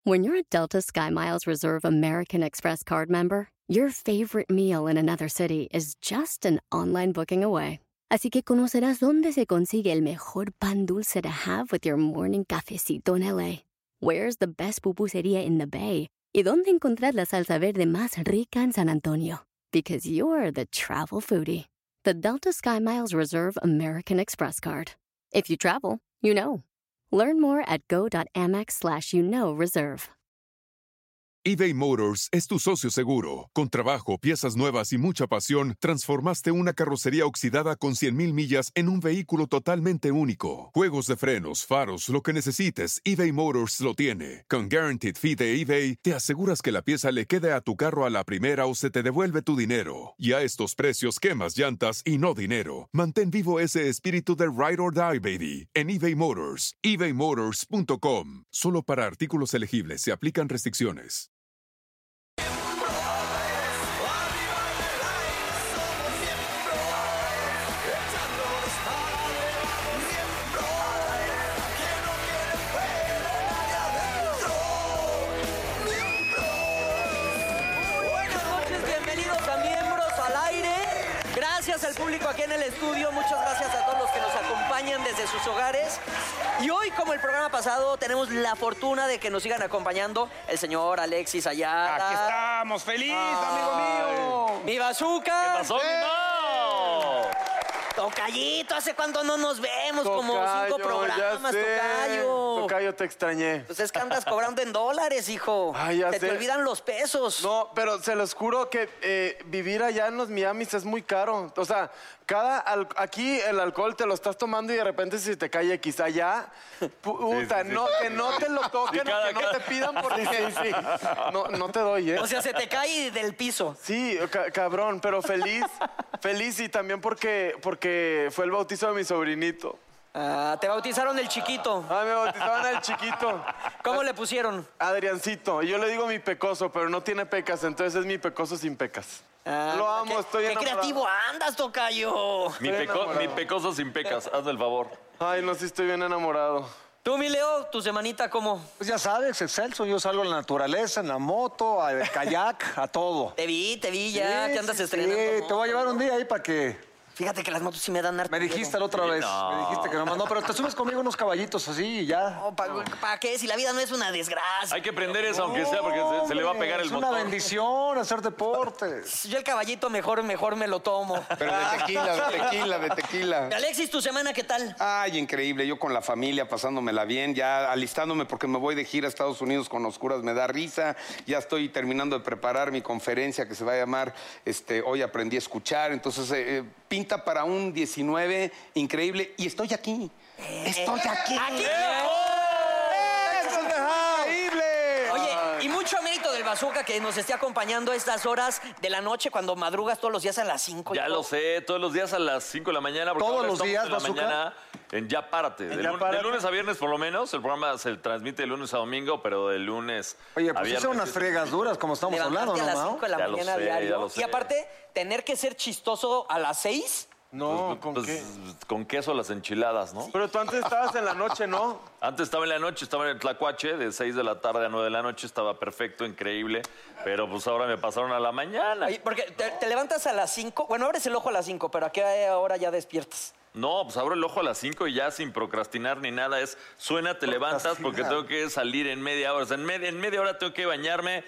When you're a Delta SkyMiles Reserve American Express card member, your favorite meal in another city is just an online booking away. Así que conocerás dónde se consigue el mejor pan dulce to have with your morning cafecito en LA. Where's the best pupusería in the Bay? Y dónde encontrar la salsa verde más rica en San Antonio. Because you're the travel foodie. The Delta SkyMiles Reserve American Express card. If you travel, you know. Learn more at go.amex/reserve. eBay Motors es tu socio seguro. Con trabajo, piezas nuevas y mucha pasión, transformaste una carrocería oxidada con 100,000 millas en un vehículo totalmente único. Juegos de frenos, faros, lo que necesites, eBay Motors lo tiene. Con Guaranteed Fee de eBay, te aseguras que la pieza le quede a tu carro a la primera o se te devuelve tu dinero. Y a estos precios, quemas llantas y no dinero. Mantén vivo ese espíritu de Ride or Die, baby, en eBay Motors. ebaymotors.com. Solo para artículos elegibles se aplican restricciones. Gracias al público aquí en el estudio, muchas gracias a todos los que nos acompañan desde sus hogares. Y hoy, como el programa pasado, tenemos la fortuna de que nos sigan acompañando el señor Alexis Ayala. Aquí estamos, feliz, amigo mío. Mi Bazooka. ¿Qué pasó, mi Mau? Tocayito, ¿hace cuánto no nos vemos? Como 5 programas, ya sé. Tocayo. Tocayo, te extrañé. Pues es que andas cobrando en dólares, hijo. Ay, ya te sé. olvidan los pesos. No, pero se los juro que vivir allá en los Miamis es muy caro. O sea, aquí el alcohol te lo estás tomando y de repente si te cae X allá, puta, no, que no te lo toquen o que no te pidan porque sí. No te doy, ¿eh? O sea, se te cae del piso. Sí, cabrón, pero feliz y también porque fue el bautizo de mi sobrinito. Ah, te bautizaron el chiquito. Ah, me bautizaban al chiquito. ¿Cómo le pusieron? Adriancito. Y yo le digo mi pecoso, pero no tiene pecas, entonces es mi pecoso sin pecas. Ah, lo amo, estoy enamorado. ¡Qué creativo andas, Tocayo! Mi pecoso sin pecas, hazme el favor. Ay, no, sí estoy bien enamorado. Tú, mi Leo, tu semanita, ¿cómo? Pues ya sabes, excelso, yo salgo a la naturaleza, en la moto, al kayak, a todo. Te vi ya, que andas estrenando. Sí, te voy a llevar un día ahí para que... Fíjate que las motos sí me dan harto Me dijiste la otra vez, me dijiste que no, pero te subes conmigo unos caballitos así y ya. No, ¿para qué? Si la vida no es una desgracia. Hay que prender eso, aunque sea, porque se le va a pegar el motor. Es una bendición hacer deporte. Yo el caballito mejor me lo tomo. Pero de tequila. Alexis, ¿tu semana qué tal? Ay, increíble. Yo con la familia, pasándomela bien, ya alistándome porque me voy de gira a Estados Unidos con Oscuras, me da risa. Ya estoy terminando de preparar mi conferencia que se va a llamar Hoy aprendí a escuchar. Entonces, pinta para un 19 increíble. Y estoy aquí. Estoy aquí. ¡Aquí! ¡Eso es increíble! Oye, y mucho mérito del Bazooka que nos esté acompañando a estas horas de la noche cuando madrugas todos los días a las 5. Ya lo sé, todos los días a las 5 de la mañana. Porque ¿Todos ahora los estamos días, en la Bazooka? mañana en Ya Párate. De lunes a viernes, por lo menos. El programa se transmite de lunes a domingo, pero de lunes Oye, a pues viernes. son unas fregas duras, como estamos hablando, Levantarte ¿no, a las Mau? 5 de la Ya lo mañana sé, diario. ya lo sé. Y aparte, tener que ser chistoso a las 6. No, ¿con Pues, qué? con queso las enchiladas, ¿no? Pero tú antes estabas en la noche, ¿no? Antes estaba en la noche, estaba en el Tlacuache, de 6 de la tarde a 9 de la noche, estaba perfecto, increíble, pero pues ahora me pasaron a la mañana. Oye, porque te levantas a las 5. Bueno, abres el ojo a las 5, pero ¿a qué hora ya despiertas? No, pues abro el ojo a las 5 y ya sin procrastinar ni nada, suena, te levantas porque tengo que salir en media hora. O sea, en media hora tengo que bañarme,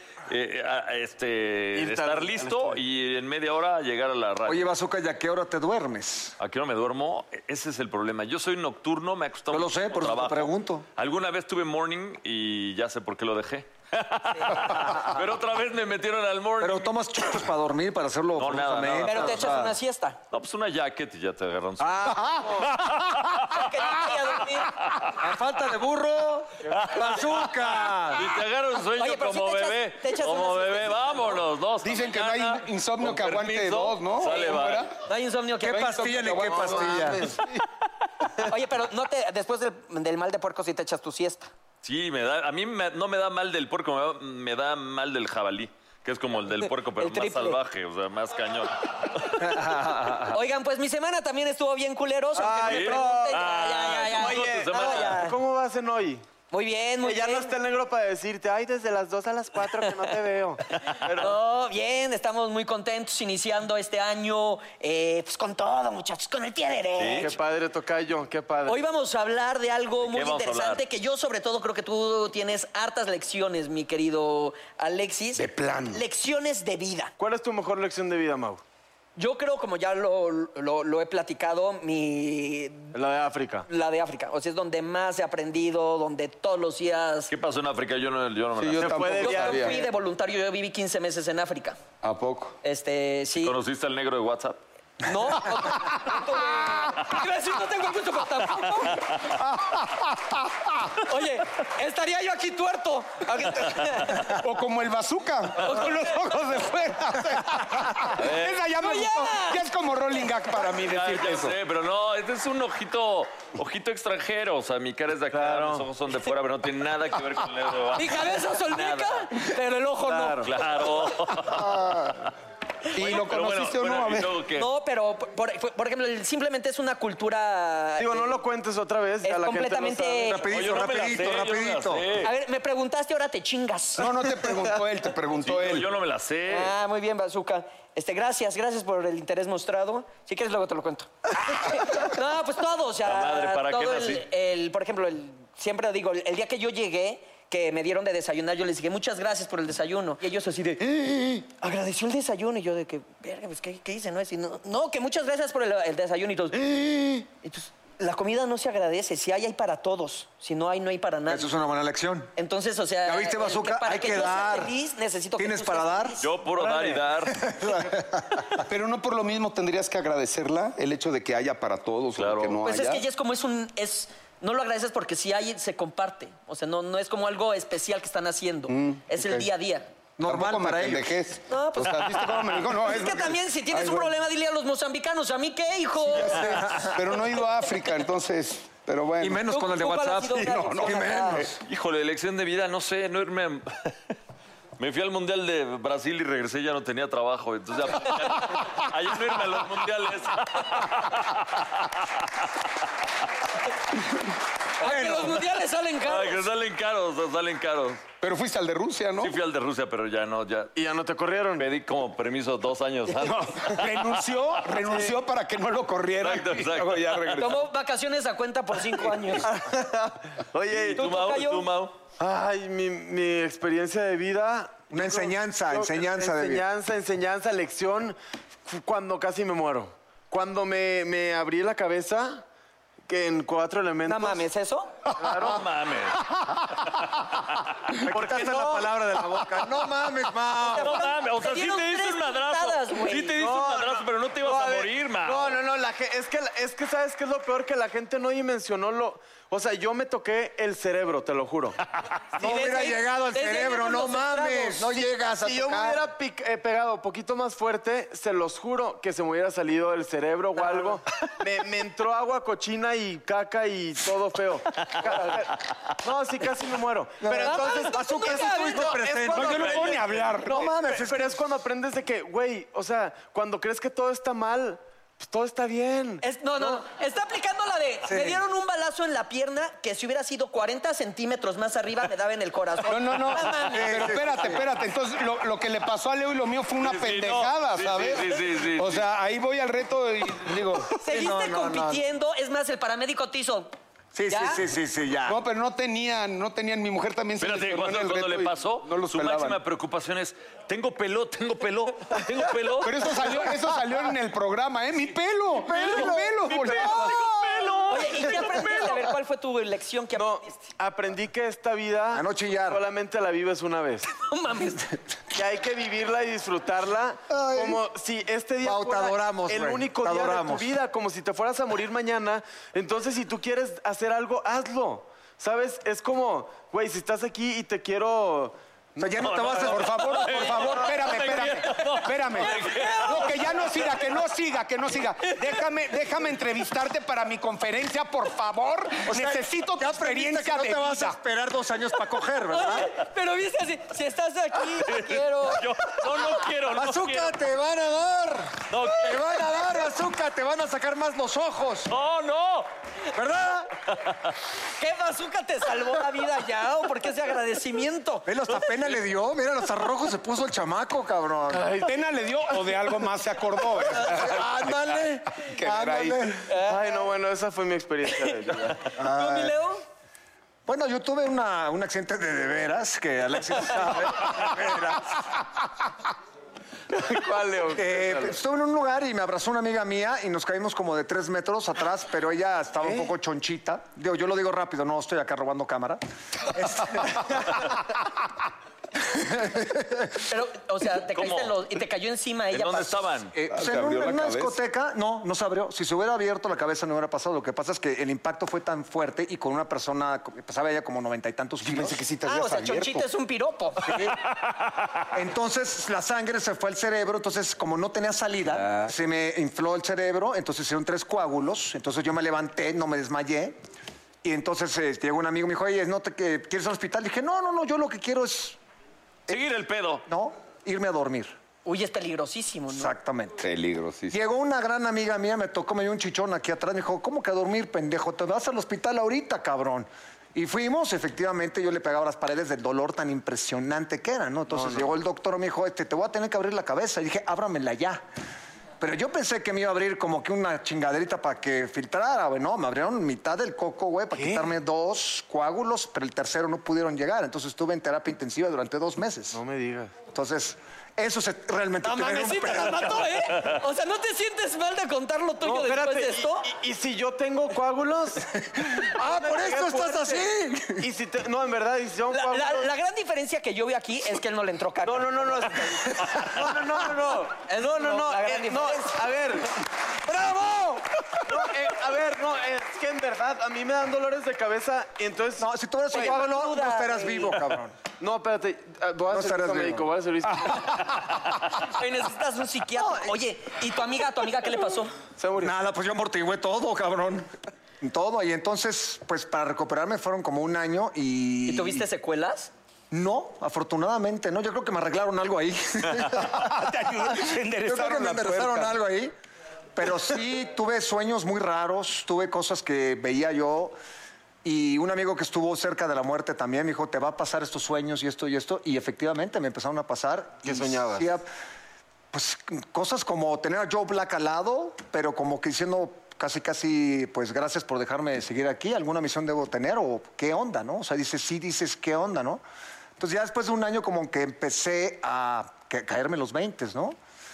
estar listo y en media hora llegar a la radio. Oye, Bazooka, ¿y a qué hora te duermes? ¿A qué hora me duermo? Ese es el problema. Yo soy nocturno, me ha costado Yo lo mucho sé, por eso te trabajo. pregunto. Alguna vez tuve morning y ya sé por qué lo dejé. Pero otra vez me metieron al morning. Pero tomas chupos para dormir, para hacerlo No, nada, forzosamente, nada. Pero te o echas sea, una siesta. No, pues una jacket y ya te agarran. Que no vaya a dormir. A falta de burro, Bazooka. Y te agarro un sueño Oye, pero como sí te echas- bebé. te echas Como una bebé, siestecita. vámonos. Dos. Dicen que no hay insomnio con que aguante permiso, dos, ¿no? Sale, ¿Cómo va. era? No hay insomnio que... ¿Qué pastilla ni qué pastilla? Oye, pero después del mal de puerco sí te echas tu siesta. Sí, a mí no me da mal del puerco, me da mal del jabalí, que es como el del puerco, pero El más triple. salvaje, o sea, más cañón. Oigan, pues mi semana también estuvo bien culerosa. aunque Ay, me no. pregunten, ya. Oye, semana. ya. ¿cómo vas en hoy? Muy bien, muy Ya bien. no está el negro para decirte, ay, desde las 2 a las 4 que no te veo. No, bien, estamos muy contentos iniciando este año, pues con todo, muchachos, con el pie derecho. Qué padre, tocayo, qué padre. Hoy vamos a hablar de algo muy vamos a interesante hablar? que yo sobre todo creo que tú tienes hartas lecciones, mi querido Alexis. De plano. Lecciones de vida. ¿Cuál es tu mejor lección de vida, Mau? Yo creo, como ya lo he platicado, La de África. la de África. O sea, es donde más he aprendido, donde todos los días... ¿Qué pasó en África? Yo no me Sí, la yo sé. Se tampoco fue de Yo viaje. fui de voluntario, yo viví 15 meses en África. ¿A poco? Sí. ¿Conociste al negro de WhatsApp? No, no tengo el gusto por tampoco. Oye, estaría yo aquí tuerto. O como el bazooka, o con los ojos de fuera. Esa ya me ¡No, ya! gustó. Ya es como rolling gag para mí Ya, decirte ya eso. sé, pero no, este es un ojito extranjero. O sea, mi cara es de acá, Claro. mis ojos son de fuera, pero no tiene nada que ver con el negro de WhatsApp. Mi cabeza solmeca, Nada. pero el ojo no. Claro. ¿Y lo Pero conociste o no? A ¿y ver. luego qué? No, pero, por ejemplo, simplemente es una cultura... Digo, no lo cuentes otra vez. Ya es la gente lo completamente... sabe. Oye, Rapidito, no me la rapidito, sé, yo no me la rapidito. sé. A ver, me preguntaste, ahora te chingas. No, no te preguntó él, te preguntó Sí, él. yo no me la sé. Ah, muy bien, Bazooka. Gracias por el interés mostrado. Si quieres, luego te lo cuento. No, pues todo, o sea, La madre, ¿para qué todo nací? por ejemplo, siempre digo, el día que yo llegué, que me dieron de desayunar, yo les dije, muchas gracias por el desayuno. Y ellos así de, agradeció el desayuno. Y yo de que, verga, pues, ¿qué hice? No, que muchas gracias por el desayuno. Y todos, entonces, la comida no se agradece. Si hay para todos. Si no hay, no hay para nadie. Eso es una buena lección. Entonces, o sea... ¿Ya viste, Bazooka? para Hay que que yo sea dar. feliz, necesito que ¿Tienes tú para seas dar? feliz. Yo puro dar y dar. Pero no por lo mismo tendrías que agradecerla, el hecho de que haya para todos Claro. o de que no Pues haya. es que ya es como no lo agradeces porque si hay, se comparte. O sea, no es como algo especial que están haciendo. Es el ok. día a día. Normal Tampoco me para ellos. pendejes. No, pues- O sea, ¿viste cómo me dijo? No, Es que lo también, si tienes Ay, un güey. problema, dile a los mozambicanos. ¿A mí qué, hijo? Ya sé, pero no he ido a África, entonces. Pero bueno. Y menos ¿Tú- con el de tú cuál ha WhatsApp. sido una No, no, lección y acá? menos. Híjole, lección de vida, no sé, no irme... Me fui al Mundial de Brasil y regresé, ya no tenía trabajo. Entonces, ayer no irme a los mundiales. Aunque los mundiales salen Ay, caros. que salen caros. Pero fuiste al de Rusia, ¿no? Sí fui al de Rusia, pero ya no, ya... Y ya no te corrieron. Pedí como permiso 2 años antes. Renunció para que no lo corrieran. Exacto, y exacto. luego ya regresó. Tomó vacaciones a cuenta por 5 años. Oye, ¿Y tú, Mau? tocayo? ¿Y tú, Mau? ay, mi experiencia de vida. Una enseñanza, enseñanza de vida. Enseñanza, lección, cuando casi me muero. Cuando me abrí la cabeza, que en 4 elementos. No mames, ¿eso? No mames. Me quitaste la palabra de la boca. No mames, Mau. No mames. O sea, Te sí dieron te diste 3 un madrazo. puntadas, güey. Sí te diste un madrazo, pero no te ibas a morir, man. No, es que ¿sabes qué es lo peor? Que la gente no dimensionó lo... O sea, yo me toqué el cerebro, te lo juro. No hubiera desde- llegado al desde ahí cerebro, vienen no los mames. estragos. No llegas a Si yo me tocar. hubiera pegado un poquito más fuerte, se los juro que se me hubiera salido el cerebro o algo. Me entró agua cochina y caca y todo feo. No, sí, casi me muero. Pero entonces, Bazooka, es sí estuviste cuando- presente. es cuando No, yo no puedo ni hablar. No mames, pero es cuando aprendes de que, güey, o sea, cuando crees que todo está mal, pues todo está bien. No. Está aplicando la de. Me dieron un balazo en la pierna que si hubiera sido 40 centímetros más arriba me daba en el corazón. No. mames. Pero espérate. Entonces, lo que le pasó a Leo y lo mío fue una Sí, sí, pendejada, no. Sí, ¿sabes? sí. O sea, ahí voy al reto y digo... Seguiste compitiendo. Es más, el paramédico te hizo. Sí, ¿Ya? sí, ya. No, pero no tenían. Mi mujer también se Espérate, lesionó en el cuando reto le y pasó, no los su pelaban. máxima preocupación es, tengo pelo. Pero eso salió en el programa, ¿eh? ¡Mi pelo! ¡Mi pelo! Oye, ¿y qué aprendiste? A ver, ¿cuál fue tu lección que No, aprendiste? aprendí que esta vida A no chillar. solamente la vives una vez. No mames. Y hay que vivirla y disfrutarla como si este día Pau, te fuera adoramos, el güey, único te día de tu adoramos. vida, como si te fueras a morir mañana. Entonces, si tú quieres hacer algo, hazlo. ¿Sabes? Es como, güey, si estás aquí y te quiero... O sea, ya no te vas a... Por favor, espérame. No, que no siga. Déjame entrevistarte para mi conferencia, por favor. Necesito tu Ya aprendiste experiencia que de no te vas a vida. esperar 2 años para coger, ¿verdad? Pero viste, si estás aquí, te quiero. Yo no quiero. Bazooka, te van a dar. No Te van a dar, Bazooka. Te van a sacar más los ojos. No. ¿Verdad? ¿Qué bazooka te salvó la vida ya? ¿O por qué ese agradecimiento? Velo, hasta pena le dio. Mira, hasta rojo se puso el chamaco, cabrón. ¿Pena le dio o de algo más se acordó? Ándale. Que era ahí. Ándale. Ay, no, bueno, esa fue mi experiencia de vida. ¿Tú, mi Leo? Bueno, yo tuve un accidente de veras, que Alexis sabe. De veras. ¿Cuál, Leo? Estuve en un lugar y me abrazó una amiga mía y nos caímos como de 3 metros atrás, pero ella estaba un poco chonchita. Digo, yo lo digo rápido, no estoy acá robando cámara. Pero, o sea, te caíste y te cayó encima ¿En ella. dónde estaban? Pues ¿se en abrió la una cabeza? discoteca, no se abrió. Si se hubiera abierto la cabeza no hubiera pasado. Lo que pasa es que el impacto fue tan fuerte y con una persona, pesaba ella como 90 y tantos kilos. Pensé que sí te Ah, habías o sea, abierto. Chonchita es un piropo. Entonces la sangre se fue al cerebro, entonces como no tenía salida, se me infló el cerebro, entonces hicieron 3 coágulos, entonces yo me levanté, no me desmayé, y entonces llegó un amigo y me dijo, oye, ¿quieres ir al hospital? Dije, no, yo lo que quiero es, Seguir el pedo. irme a dormir. Uy, es peligrosísimo, ¿no? Exactamente. Peligrosísimo. Llegó una gran amiga mía, me tocó, me dio un chichón aquí atrás, me dijo, ¿cómo que a dormir, pendejo? Te vas al hospital ahorita, cabrón. Y fuimos, efectivamente, yo le pegaba las paredes del dolor tan impresionante que era, ¿no? Entonces llegó el doctor, me dijo, te voy a tener que abrir la cabeza. Y dije, ábramela ya. Pero yo pensé que me iba a abrir como que una chingaderita para que filtrara, güey. No, me abrieron mitad del coco, güey, para quitarme 2 coágulos, pero el tercero no pudieron llegar. Entonces estuve en terapia intensiva durante 2 meses. No me digas. Entonces, eso se realmente... No mames, sí te la mató, ¿eh? O sea, ¿no te sientes mal de contar lo tuyo después de esto? ¿Y si yo tengo coágulos? por eso estás así. Y si no, en verdad, y si yo coágulos... La gran diferencia que yo veo aquí es que él no le entró caca. No. No, La gran diferencia. A ver. ¡Bravo! No, a ver, no, es que en verdad a mí me dan dolores de cabeza y entonces... No, si tú eres un Güey, coágulo, no duda, estarás güey. vivo, cabrón. No, espérate, voy a No hacer estarás servicio vivo. médico, voy a hacer servicio. Oye, necesitas un psiquiatra. Oye, ¿y tu amiga qué le pasó? Se murió. Nada, pues yo amortigué todo, cabrón. Todo. Y entonces, pues para recuperarme fueron como 1 año y... ¿Y tuviste secuelas? No, afortunadamente, no. Yo creo que me arreglaron algo ahí. Te ayudó, Yo creo que enderezaron me la enderezaron tuerca. algo ahí. Pero sí tuve sueños muy raros, tuve cosas que veía yo. Y un amigo que estuvo cerca de la muerte también me dijo, te va a pasar estos sueños y esto y esto. Y efectivamente me empezaron a pasar. ¿Qué Y soñabas? sí, pues cosas como tener a Joe Black al lado, pero como que diciendo casi, pues gracias por dejarme seguir aquí. ¿Alguna misión debo tener o qué onda, no? O sea, dices, ¿qué onda, no? Entonces ya después de 1 año como que empecé a caerme los 20, ¿no?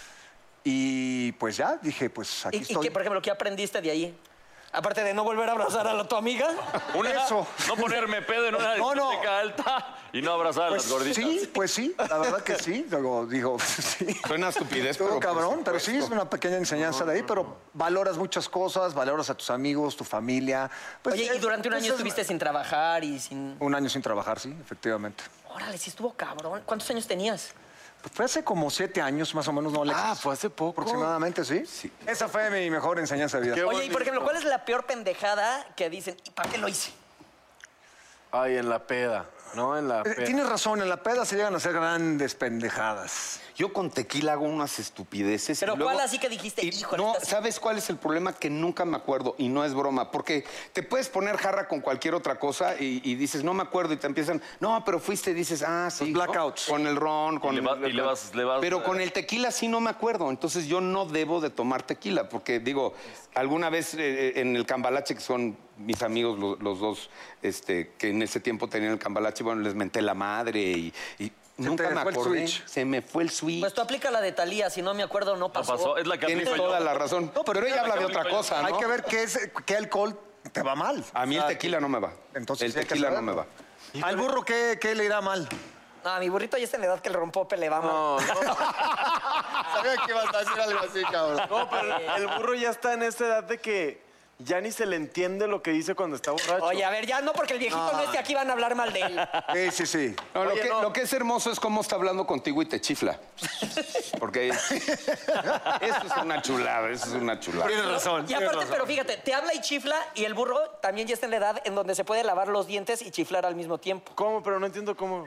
Y pues ya dije, pues aquí ¿Y estoy. qué, por ejemplo, qué aprendiste de ahí? Aparte de no volver a abrazar a tu amiga. Eso. No ponerme pedo en una No, no. discoteca alta y no abrazar a Pues las gorditas. sí, pues sí, la verdad que sí. Luego digo, sí. Suena estupidez, Todo pero... cabrón, por pero sí es una pequeña enseñanza de ahí, pero valoras muchas cosas, valoras a tus amigos, tu familia. Pues, Oye, y durante un año pues, estuviste sin trabajar y sin... 1 año sin trabajar, sí, efectivamente. Órale, sí estuvo cabrón. ¿Cuántos años tenías? Pues fue hace como 7 años más o menos, ¿no, Alexis? Ah, fue hace poco. Aproximadamente, ¿sí? Sí. Esa fue mi mejor enseñanza de vida. Qué Oye, y por bonito. ejemplo, ¿cuál es la peor pendejada que dicen? ¿Y para qué lo hice? Ay, en la peda, ¿no? En la peda. Tienes razón, en la peda se llegan a hacer grandes pendejadas. Yo con tequila hago unas estupideces. Pero y luego- ¿cuál así que dijiste? y Híjole, no, esta sí. ¿sabes cuál es el problema? Que nunca me acuerdo y no es broma. Porque te puedes poner jarra con cualquier otra cosa y dices, no me acuerdo, y te empiezan, no, pero fuiste y dices, ah, sí. Los blackouts. ¿no? Con el ron, con Y le vas- Pero con el tequila sí no me acuerdo. Entonces yo no debo de tomar tequila. Porque digo, alguna vez en el Cambalache, que son mis amigos los dos, que en ese tiempo tenían el Cambalache, bueno, les menté la madre y nunca te me fue el acordé. switch. Se me fue el switch. Pues tú aplica la de Talía, si no me acuerdo, no No pasó. pasó. Es la que Tienes aplico yo. toda la razón. No, pero ella habla de otra aplico yo. cosa, ¿no? Hay que ver qué alcohol te va mal. A mí el O sea, tequila no me va. Entonces el sí hay que tequila no me saberlo. va. Al burro, ¿qué le irá mal? No, a mi burrito ya está en la edad que el rompope le va mal. No, Sabía que ibas a decir algo así, cabrón. no, pero el burro ya está en esa edad de que ya ni se le entiende lo que dice cuando está borracho. Oye, a ver, ya no, porque el viejito no esté aquí, van a hablar mal de él. Sí. No, Oye, no. lo que es hermoso es cómo está hablando contigo y te chifla. Porque eso es una chulada, eso es una chulada. Tienes razón. Y aparte, pero fíjate, te habla y chifla y el burro también ya está en la edad en donde se puede lavar los dientes y chiflar al mismo tiempo. ¿Cómo? Pero no entiendo cómo.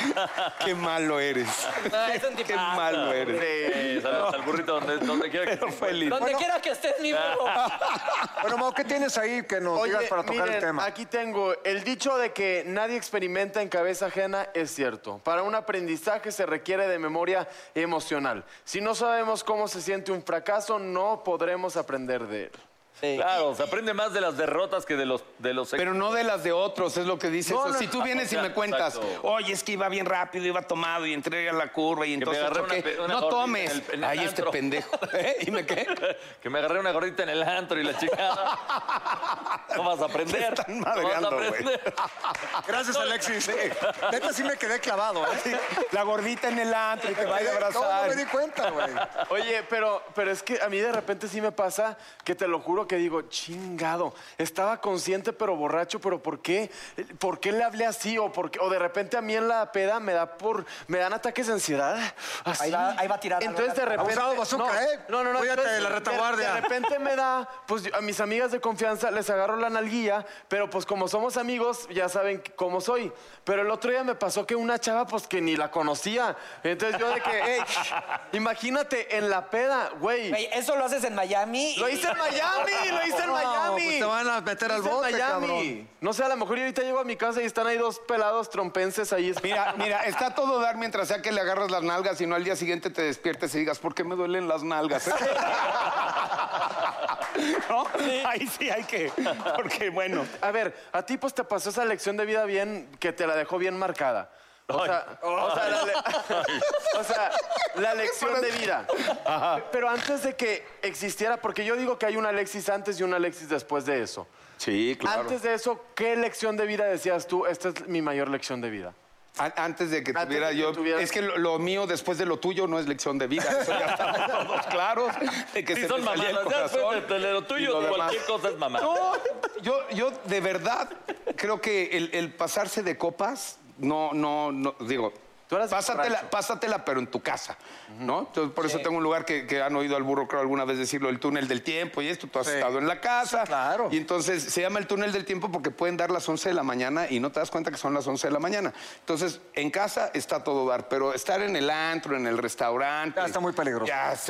Qué malo eres. Es un Qué tipazo. malo eres. Saludos al burrito donde quiera que esté. Feliz. Donde quiera que estés, mi burro. Bueno, Mau, ¿qué tienes ahí que nos digas para tocar miren, el tema? aquí tengo el dicho de que nadie experimenta en cabeza ajena es cierto. Para un aprendizaje se requiere de memoria emocional. Si no sabemos cómo se siente un fracaso, no podremos aprender de él. Claro, se aprende más de las derrotas que de los Pero no de las de otros, es lo que dices. No, no, si tú vienes y me cuentas, exacto. oye, es que iba bien rápido, iba tomado y entré a la curva y entonces agarré una choqué. una No gordita tomes. en el Ay, este antro. pendejo. ¿Y me qué? Que me agarré una gordita en el antro y la chica. No vas a aprender. Te están No vas a madreando, güey. aprender. Gracias, Alexis. Neta, sí me quedé clavado, ¿eh? La gordita en el antro y te vaya a No, abrazar. no me di cuenta, güey. Oye, pero es que a mí de repente sí me pasa que te lo juro que digo, chingado, estaba consciente pero borracho, pero ¿por qué? ¿Por qué le hablé así? O de repente a mí en la peda me dan ataques de ansiedad. Así. Ahí va a tirar algo. Entonces de repente... Abusado, bazooka, ¿eh? No. Cuídate entonces, de la retaguardia. De repente me da, pues a mis amigas de confianza les agarro la nalguilla, pero pues como somos amigos, ya saben cómo soy. Pero el otro día me pasó que una chava, pues que ni la conocía. Entonces yo de que, hey, imagínate en la peda, güey. Güey, eso lo haces en Miami. Lo hice en Miami, lo hice en Miami. Pues te van a meter al Lo hice en bote, Miami. cabrón. No sé, a lo mejor yo ahorita llego a mi casa y están ahí dos pelados trompenses ahí. Mira, está todo dar mientras sea que le agarras las nalgas y no al día siguiente te despiertes y digas, ¿por qué me duelen las nalgas? ¿No? Ahí sí hay que, porque bueno. A ver, a ti pues te pasó esa lección de vida bien, que te la dejó bien marcada. O sea, la lección de vida. Pero antes de que existiera, porque yo digo que hay una Alexis antes y una Alexis después de eso. Sí, claro. Antes de eso, ¿qué lección de vida decías tú? Esta es mi mayor lección de vida. Antes de que Antes tuviera de que yo... tuvieras- Es que lo mío después de lo tuyo no es lección de vida. Eso ya estamos todos claros. De que Sí, se son te salía el mamadas. Ya corazón después de lo y tuyo, lo demás. cualquier cosa es mamá. No, yo de verdad creo que el pasarse de copas, no, digo... Tú eras Pásatela, pero en tu casa, ¿no? Entonces, por eso tengo un lugar que han oído al burro, creo, alguna vez decirlo, el túnel del tiempo y esto. Tú has estado en la casa. claro. Y entonces se llama el túnel del tiempo porque pueden dar las 11 de la mañana y no te das cuenta que son las 11 de la mañana. Entonces, en casa está todo dar, pero estar en el antro, en el restaurante... Ya está muy peligroso.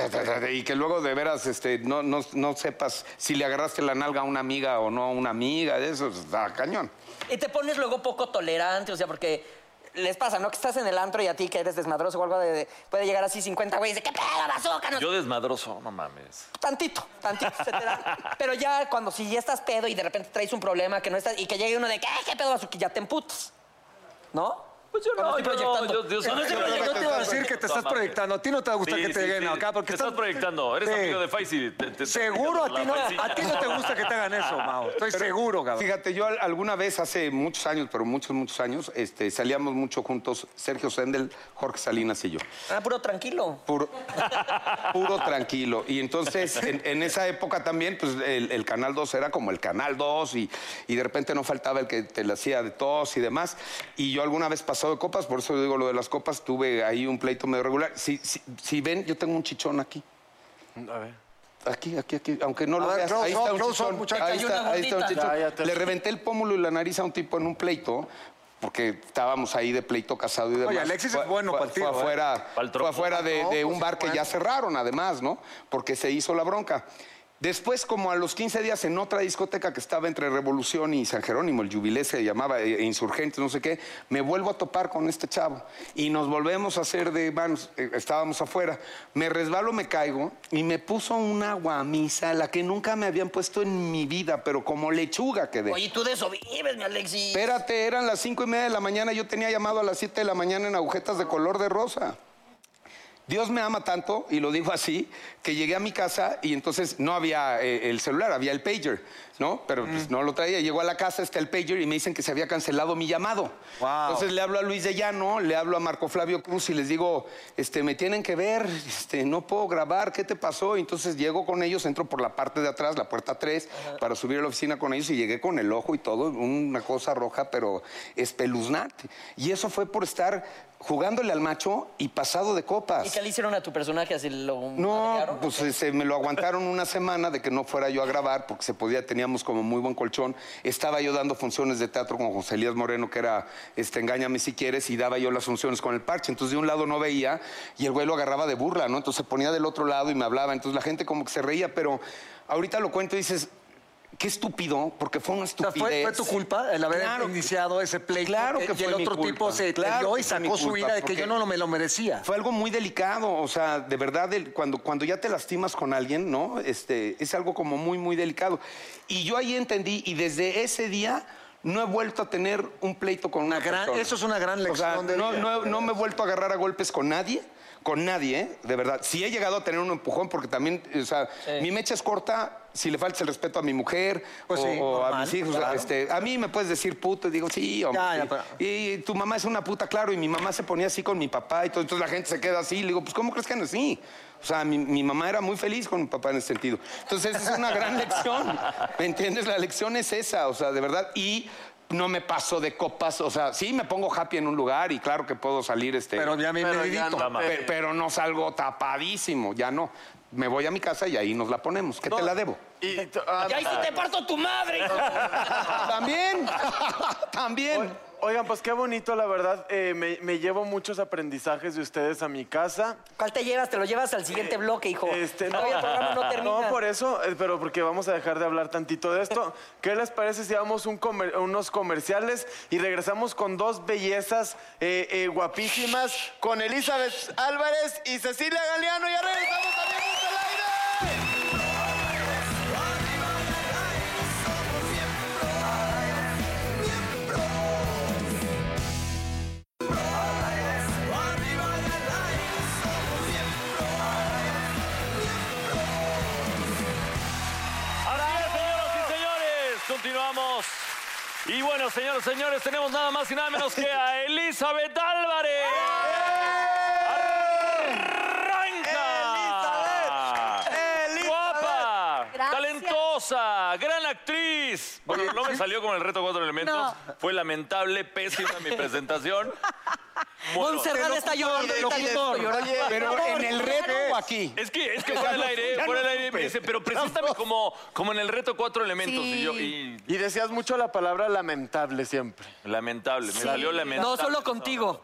Y que luego de veras no sepas si le agarraste la nalga a una amiga o no a una amiga, eso está cañón. Y te pones luego poco tolerante, o sea, porque les pasa, ¿no? Que estás en el antro y a ti que eres desmadroso o algo puede llegar así 50 güeyes de ¿qué pedo, bazooka? No, Yo desmadroso, no mames. tantito se te da. Pero ya cuando si ya estás pedo y de repente traes un problema que no estás y que llegue uno de ¿qué pedo, bazooka? Ya te emputas, ¿no? Pues yo Cuando no, estoy yo proyectando. yo soy- Cuando estoy yo- proyectando, Te te voy a vas a decir que te estás No, mames. proyectando. A ti no te gusta Sí, que te sí, lleguen sí. acá porque Te estás proyectando. Eres Sí. amigo de Faisy. Seguro a ti no te gusta que te hagan eso, Mau. Estoy seguro, cabrón. Fíjate, yo alguna vez hace muchos años, pero muchos años, salíamos mucho juntos, Sergio Sendel, Jorge Salinas y yo. Ah, puro tranquilo. Puro tranquilo. Y entonces, en esa época también, pues el Canal 2 era como el Canal 2 y de repente no faltaba el que te la hacía de tos y demás. Y yo alguna vez pasado de copas, por eso digo lo de las copas, tuve ahí un pleito medio regular. Si ven, yo tengo un chichón aquí. A ver. Aquí, aunque no lo A ver, veas, close ahí up, está un close up, chichón. muchacho. Ahí Hay una está un gordita. chichón. Ya te- Le reventé el pómulo y la nariz a un tipo en un pleito, porque estábamos ahí de pleito casado y demás. Oye, Alexis es bueno para el tiro, Fue Pa'l trompo. afuera de No, un pues, bar que bueno. ya cerraron, además, ¿no? Porque se hizo la bronca. Después, como a los 15 días, en otra discoteca que estaba entre Revolución y San Jerónimo, el Jubilé se llamaba, Insurgentes, no sé qué, me vuelvo a topar con este chavo y nos volvemos a hacer de manos, estábamos afuera. Me resbalo, me caigo y me puso una guamisa, la que nunca me habían puesto en mi vida, pero como lechuga quedé. Oye, tú de eso vives, mi Alexis. Espérate, eran las 5:30 de la mañana, yo tenía llamado a las 7 de la mañana en agujetas de color de rosa. Dios me ama tanto, y lo digo así, que llegué a mi casa y entonces no había el celular, había el pager, ¿no? Pero pues no lo traía. Llego a la casa, está el pager y me dicen que se había cancelado mi llamado. Wow. Entonces le hablo a Luis de Llano, le hablo a Marco Flavio Cruz y les digo, me tienen que ver, no puedo grabar, ¿qué te pasó? Y entonces llego con ellos, entro por la parte de atrás, la puerta 3, para subir a la oficina con ellos y llegué con el ojo y todo, una cosa roja, pero espeluznante. Y eso fue por estar jugándole al macho y pasado de copas. ¿Y ¿Qué le hicieron a tu personaje? ¿Así lo No, madrearon? pues me lo aguantaron una semana de que no fuera yo a grabar porque teníamos como muy buen colchón. Estaba yo dando funciones de teatro con José Elías Moreno, que era Engáñame si quieres, y daba yo las funciones con el parche. Entonces de un lado no veía y el güey lo agarraba de burla, ¿no? Entonces se ponía del otro lado y me hablaba. Entonces la gente como que se reía, pero ahorita lo cuento y dices... Qué estúpido, porque fue una estupidez. O sea, ¿fue tu culpa el haber iniciado ese pleito? Claro que y fue el mi otro culpa. tipo se Claro dio que y fue mi sacó su culpa, ira de que porque yo no me lo merecía. Fue algo muy delicado, o sea, de verdad, cuando ya te lastimas con alguien, ¿no? Es algo como muy, muy delicado. Y yo ahí entendí, y desde ese día no he vuelto a tener un pleito con una persona. Eso es una gran lección. O sea, no me he vuelto a agarrar a golpes con nadie. Con nadie, ¿eh? De verdad. Sí he llegado a tener un empujón porque también, o sea, mi mecha es corta si le falta el respeto a mi mujer Pues sí, o a normal, mis hijos. claro. A mí me puedes decir puto y digo, sí, hombre. Ya, sí. pero- Y tu mamá es una puta, claro, y mi mamá se ponía así con mi papá y todo. Entonces la gente se queda así. Le digo, pues, ¿cómo crees que no es así? O sea, mi mamá era muy feliz con mi papá en ese sentido. Entonces, esa es una gran lección. ¿Me entiendes? La lección es esa, o sea, de verdad. Y no me paso de copas, o sea, sí me pongo happy en un lugar y claro que puedo salir Pero ya me Pero ya medito. no. pero no salgo tapadísimo, ya no. Me voy a mi casa y ahí nos la ponemos. ¿Qué te la debo? Y ¡Y ahí sí te parto tu madre! También, también. Oigan, pues qué bonito, la verdad. Me llevo muchos aprendizajes de ustedes a mi casa. ¿Cuál te llevas? Te lo llevas al siguiente bloque, hijo. No, Todavía el programa no termina. no, por eso, pero porque vamos a dejar de hablar tantito de esto. ¿Qué les parece si vamos unos comerciales y regresamos con dos bellezas guapísimas, con Elizabeth Álvarez y Cecilia Galeano? Ya regresamos también al aire. Así es, señoras y señores, continuamos. Y bueno, señoras y señores, tenemos nada más y nada menos que a Elizabeth Álvarez. ¡Arranca! ¡Guapa! Gracias. ¡Talentosa! ¡Gran actriz! Bueno, no me salió con el reto 4 elementos. No. Fue lamentable, pésima mi presentación. Bueno, Montserrat está llorando. Pero en el reto o aquí. es que fuera del aire me dice, pero preséntame como en el reto 4 elementos. Sí. Y decías mucho la palabra lamentable siempre. Lamentable, me salió lamentable. No, solo contigo.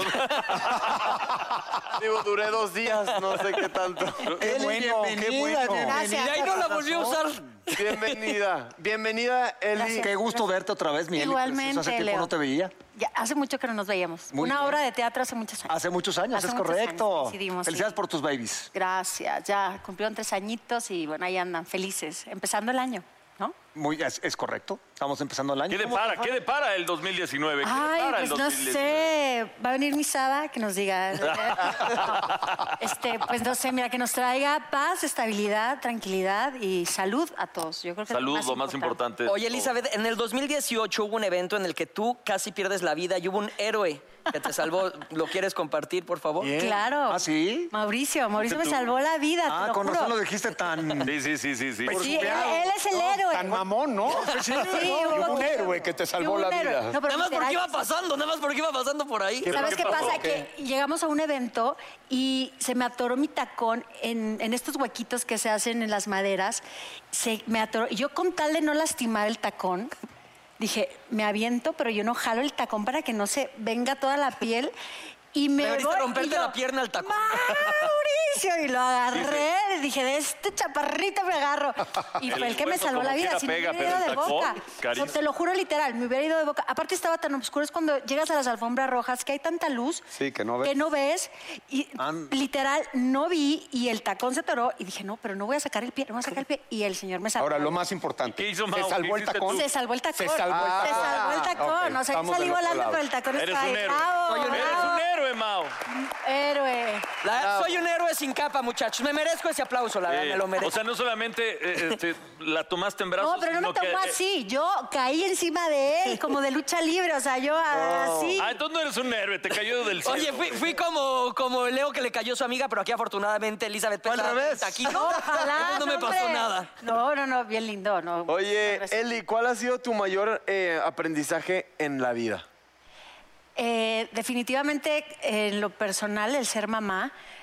Digo, duré 2 días, no sé qué tanto. Qué bueno, qué bueno. Gracias. Y ahí no la volvió a usar. Bienvenida. Bienvenida, Eli. Gracias. Qué gusto verte otra vez, mi Eli. Igualmente, Hace tiempo Leo. no te veía. Ya, hace mucho que no nos veíamos. Muy Una bien. obra de teatro hace muchos años. Hace muchos años, Hace es muchos correcto. años coincidimos, Felicidades sí. por tus babies. Gracias, ya cumplieron 3 añitos y bueno, ahí andan felices, empezando el año, ¿no? Es correcto. Estamos empezando el año. ¿Qué depara el 2019? ¿Qué Ay, depara el pues no 2019? sé, va a venir mi Saba que nos diga. Pues no sé, mira, que nos traiga paz, estabilidad, tranquilidad y salud a todos. Yo creo que Salud, lo más importante. Oye, Elizabeth, en el 2018 hubo un evento en el que tú casi pierdes la vida y hubo un héroe que te salvó. ¿Lo quieres compartir, por favor? Claro. ¿Ah, sí? Mauricio me salvó la vida, te lo Con juro. razón lo dijiste tan... Sí. Pues sí, él es el héroe. Tan mamón, ¿no? Sí, hubo un héroe que te salvó la vida. No, pero Nada más porque literal, iba pasando, nada más porque iba pasando por ahí. ¿Sabes qué pasó? pasa? Que llegamos a un evento y se me atoró mi tacón en estos huequitos que se hacen en las maderas. Se me atoró. Y yo con tal de no lastimar el tacón, dije, me aviento, pero yo no jalo el tacón para que no se venga toda la piel. Y me Deberíste voy, romperte y yo, la pierna al tacón. Mauricio, y lo agarré. Dije, de este chaparrito me agarro. Y fue el que me hueso salvó como la vida. quiera Si no me pega, hubiera ido pero de el tacón, boca. carísimo. Te lo juro literal, me hubiera ido de boca. Aparte estaba tan oscuro, es cuando llegas a las alfombras rojas que hay tanta luz Sí, que no ves. que no ves. Y literal, no vi y el tacón se atoró. Y dije, no, pero no voy a sacar el pie, no voy a sacar el pie. Y el señor me salvó. Ahora, lo más importante. ¿Qué hizo ¿Se Mau? salvó ¿Qué el hiciste tacón? tú? Se salvó el tacón. Se salvó el tacón. Se salvó el tacón. Ok, O sea, estamos salí del otro volando, lado. pero el tacón Eres está un ahí. héroe. Bravo, Eres bravo. un héroe, Mau. Héroe. Soy un héroe sin capa, muchachos. Me merezco ese aplauso, la verdad, me lo merezco. O sea, no solamente la tomaste en brazos, No, pero no me sino que... tomó así. Yo caí encima de él, como de lucha libre. O sea, yo así. Ah, entonces no eres un héroe, te cayó del cielo. Oye, fui como Leo que le cayó su amiga, pero aquí afortunadamente Elizabeth pesa al revés. taquito. Ojalá. No me pasó hombre. nada. No, bien lindo. No. Oye, Gracias. Eli, ¿cuál ha sido tu mayor aprendizaje en la vida? Definitivamente, en lo personal, el ser mamá.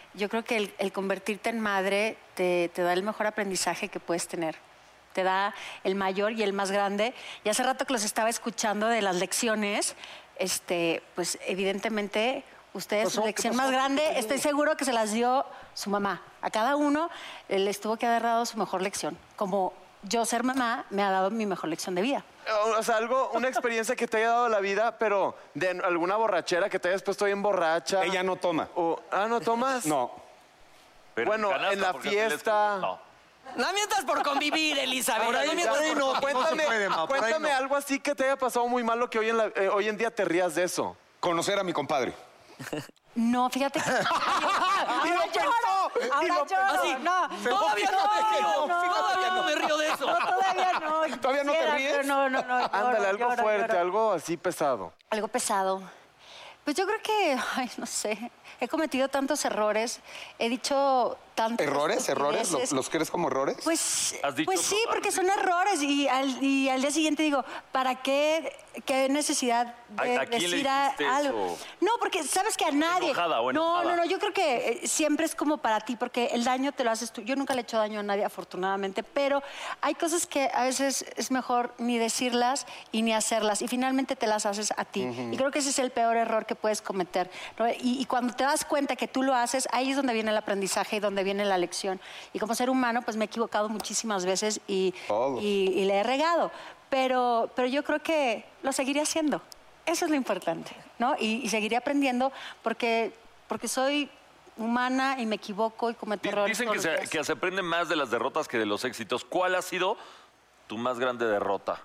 yo creo que el convertirte en madre te da el mejor aprendizaje que puedes tener. Te da el mayor y el más grande. Y hace rato que los estaba escuchando de las lecciones, pues evidentemente ustedes su lección más grande, estoy seguro que se las dio su mamá. A cada uno les tuvo que haber dado su mejor lección. Como yo ser mamá me ha dado mi mejor lección de vida. O sea, una experiencia que te haya dado la vida, pero de alguna borrachera que te hayas puesto bien borracha. Ella no toma. ¿No tomas? No. Pero Bueno, canasta, en la porque así les- fiesta. No. No mientas por convivir, Elizabeth. Por ahí, no mientas por ahí por no, convivir. cuéntame, Cuéntame, Ma, por ahí cuéntame no. algo así que te haya pasado muy malo que hoy en día te rías de eso. Conocer a mi compadre. No, fíjate que... Ahora lloro, ahora lloro. Así, No, todavía no me río. no, Todavía no me río de eso. No, todavía no. ¿Todavía no te quisiera, ríes? pero No, lloro, Ándale, algo lloro, fuerte, lloro. algo así pesado. Algo pesado. Pues yo creo que, no sé, he cometido tantos errores, he dicho tantos... ¿Errores? estupideces. ¿Los crees como errores? Pues, ¿Has dicho pues sí, cosas? porque son errores y al día siguiente digo, ¿para qué necesidad de ¿A quién le decir dijiste algo? eso? No, porque sabes que a nadie... ¿Enojada o no, enojada? no, yo creo que siempre es como para ti, porque el daño te lo haces tú. Yo nunca le he hecho daño a nadie, afortunadamente, pero hay cosas que a veces es mejor ni decirlas y ni hacerlas, y finalmente te las haces a ti. Y creo que ese es el peor error que puedes cometer, ¿no? Y cuando te das cuenta que tú lo haces, ahí es donde viene el aprendizaje y donde viene la lección. Y como ser humano, pues me he equivocado muchísimas veces y le he regado. Pero yo creo que lo seguiré haciendo. Eso es lo importante, ¿no? Y seguiré aprendiendo porque soy humana y me equivoco y cometo errores. Dicen todos que los días. que se aprende más de las derrotas que de los éxitos. ¿Cuál ha sido tu más grande derrota?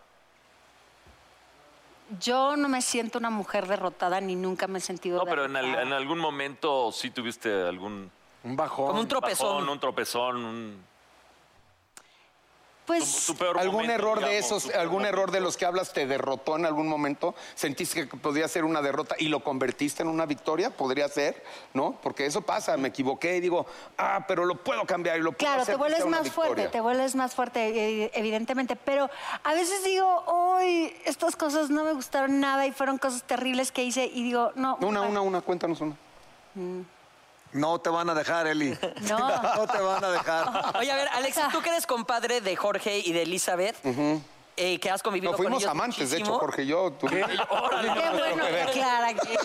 Yo no me siento una mujer derrotada ni nunca me he sentido No, pero derrotada. en algún momento sí tuviste algún Un bajón. Como un tropezón. bajón, un tropezón, Pues tu peor ¿Algún momento, error de digamos, esos, tu peor algún momento? error de los que hablas te derrotó en algún momento? ¿Sentiste que podía ser una derrota y lo convertiste en una victoria? ¿Podría ser? ¿No? Porque eso pasa, me equivoqué y digo, pero lo puedo cambiar y lo puedo claro, hacer te que vuelves sea una más fuerte, victoria. te vuelves más fuerte, evidentemente. Pero a veces digo, hoy estas cosas no me gustaron nada y fueron cosas terribles que hice y digo, no. Una, cuéntanos una. No te van a dejar, Eli. No. No te van a dejar. Oye, a ver, Alex, tú que eres compadre de Jorge y de Elizabeth, que has convivido No, con fuimos ellos amantes, de hecho, muchísimo. Jorge y yo. Órale. Qué bueno que aclara que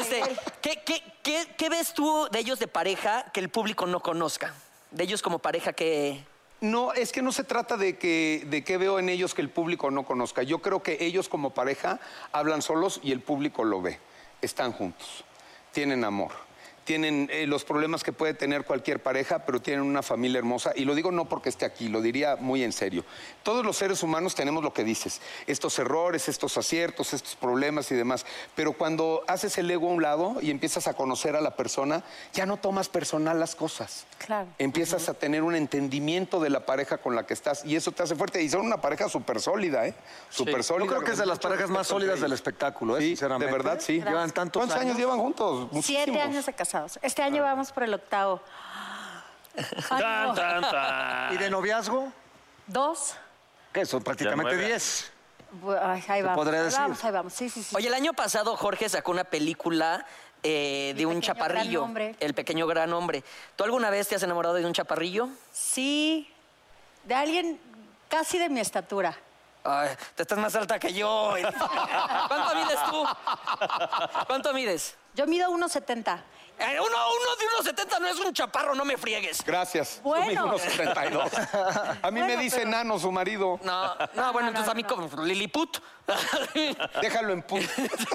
¿Qué ves tú de ellos de pareja que el público no conozca? De ellos como pareja que... No, es que no se trata de qué veo en ellos que el público no conozca. Yo creo que ellos como pareja hablan solos y el público lo ve. Están juntos, tienen amor. Tienen los problemas que puede tener cualquier pareja, pero tienen una familia hermosa. Y lo digo no porque esté aquí, lo diría muy en serio. Todos los seres humanos tenemos lo que dices, estos errores, estos aciertos, estos problemas y demás. Pero cuando haces el ego a un lado y empiezas a conocer a la persona, ya no tomas personal las cosas. Claro. Empiezas a tener un entendimiento de la pareja con la que estás y eso te hace fuerte. Y son una pareja súper sólida, ¿eh? Súper Yo sólida. creo que es de las parejas más sólidas del espectáculo, Sí, sinceramente. de verdad, sí. Llevan tantos ¿Cuántos años llevan juntos? 7 años de casados. Este año vamos por el 8º. Ay, Tan, no. tan, tan. ¿Y de noviazgo? 2. Que son prácticamente Ya 9. 10. Ahí vamos. podría ahí decir. vamos, ahí vamos. Sí. Oye, el año pasado Jorge sacó una película de un pequeño chaparrillo. gran hombre. El pequeño gran hombre. ¿Tú alguna vez te has enamorado de un chaparrillo? Sí, de alguien casi de mi estatura. Ay, te estás más alta que yo. ¿Cuánto mides tú? ¿Cuánto mides? Yo mido 1.70. Uno de 1.70 no es un chaparro, no me friegues. Gracias. Bueno. 1.72. A mí me Bueno, dice pero- nano su marido. No, bueno, entonces a mí como Lilliput. Déjalo en punto.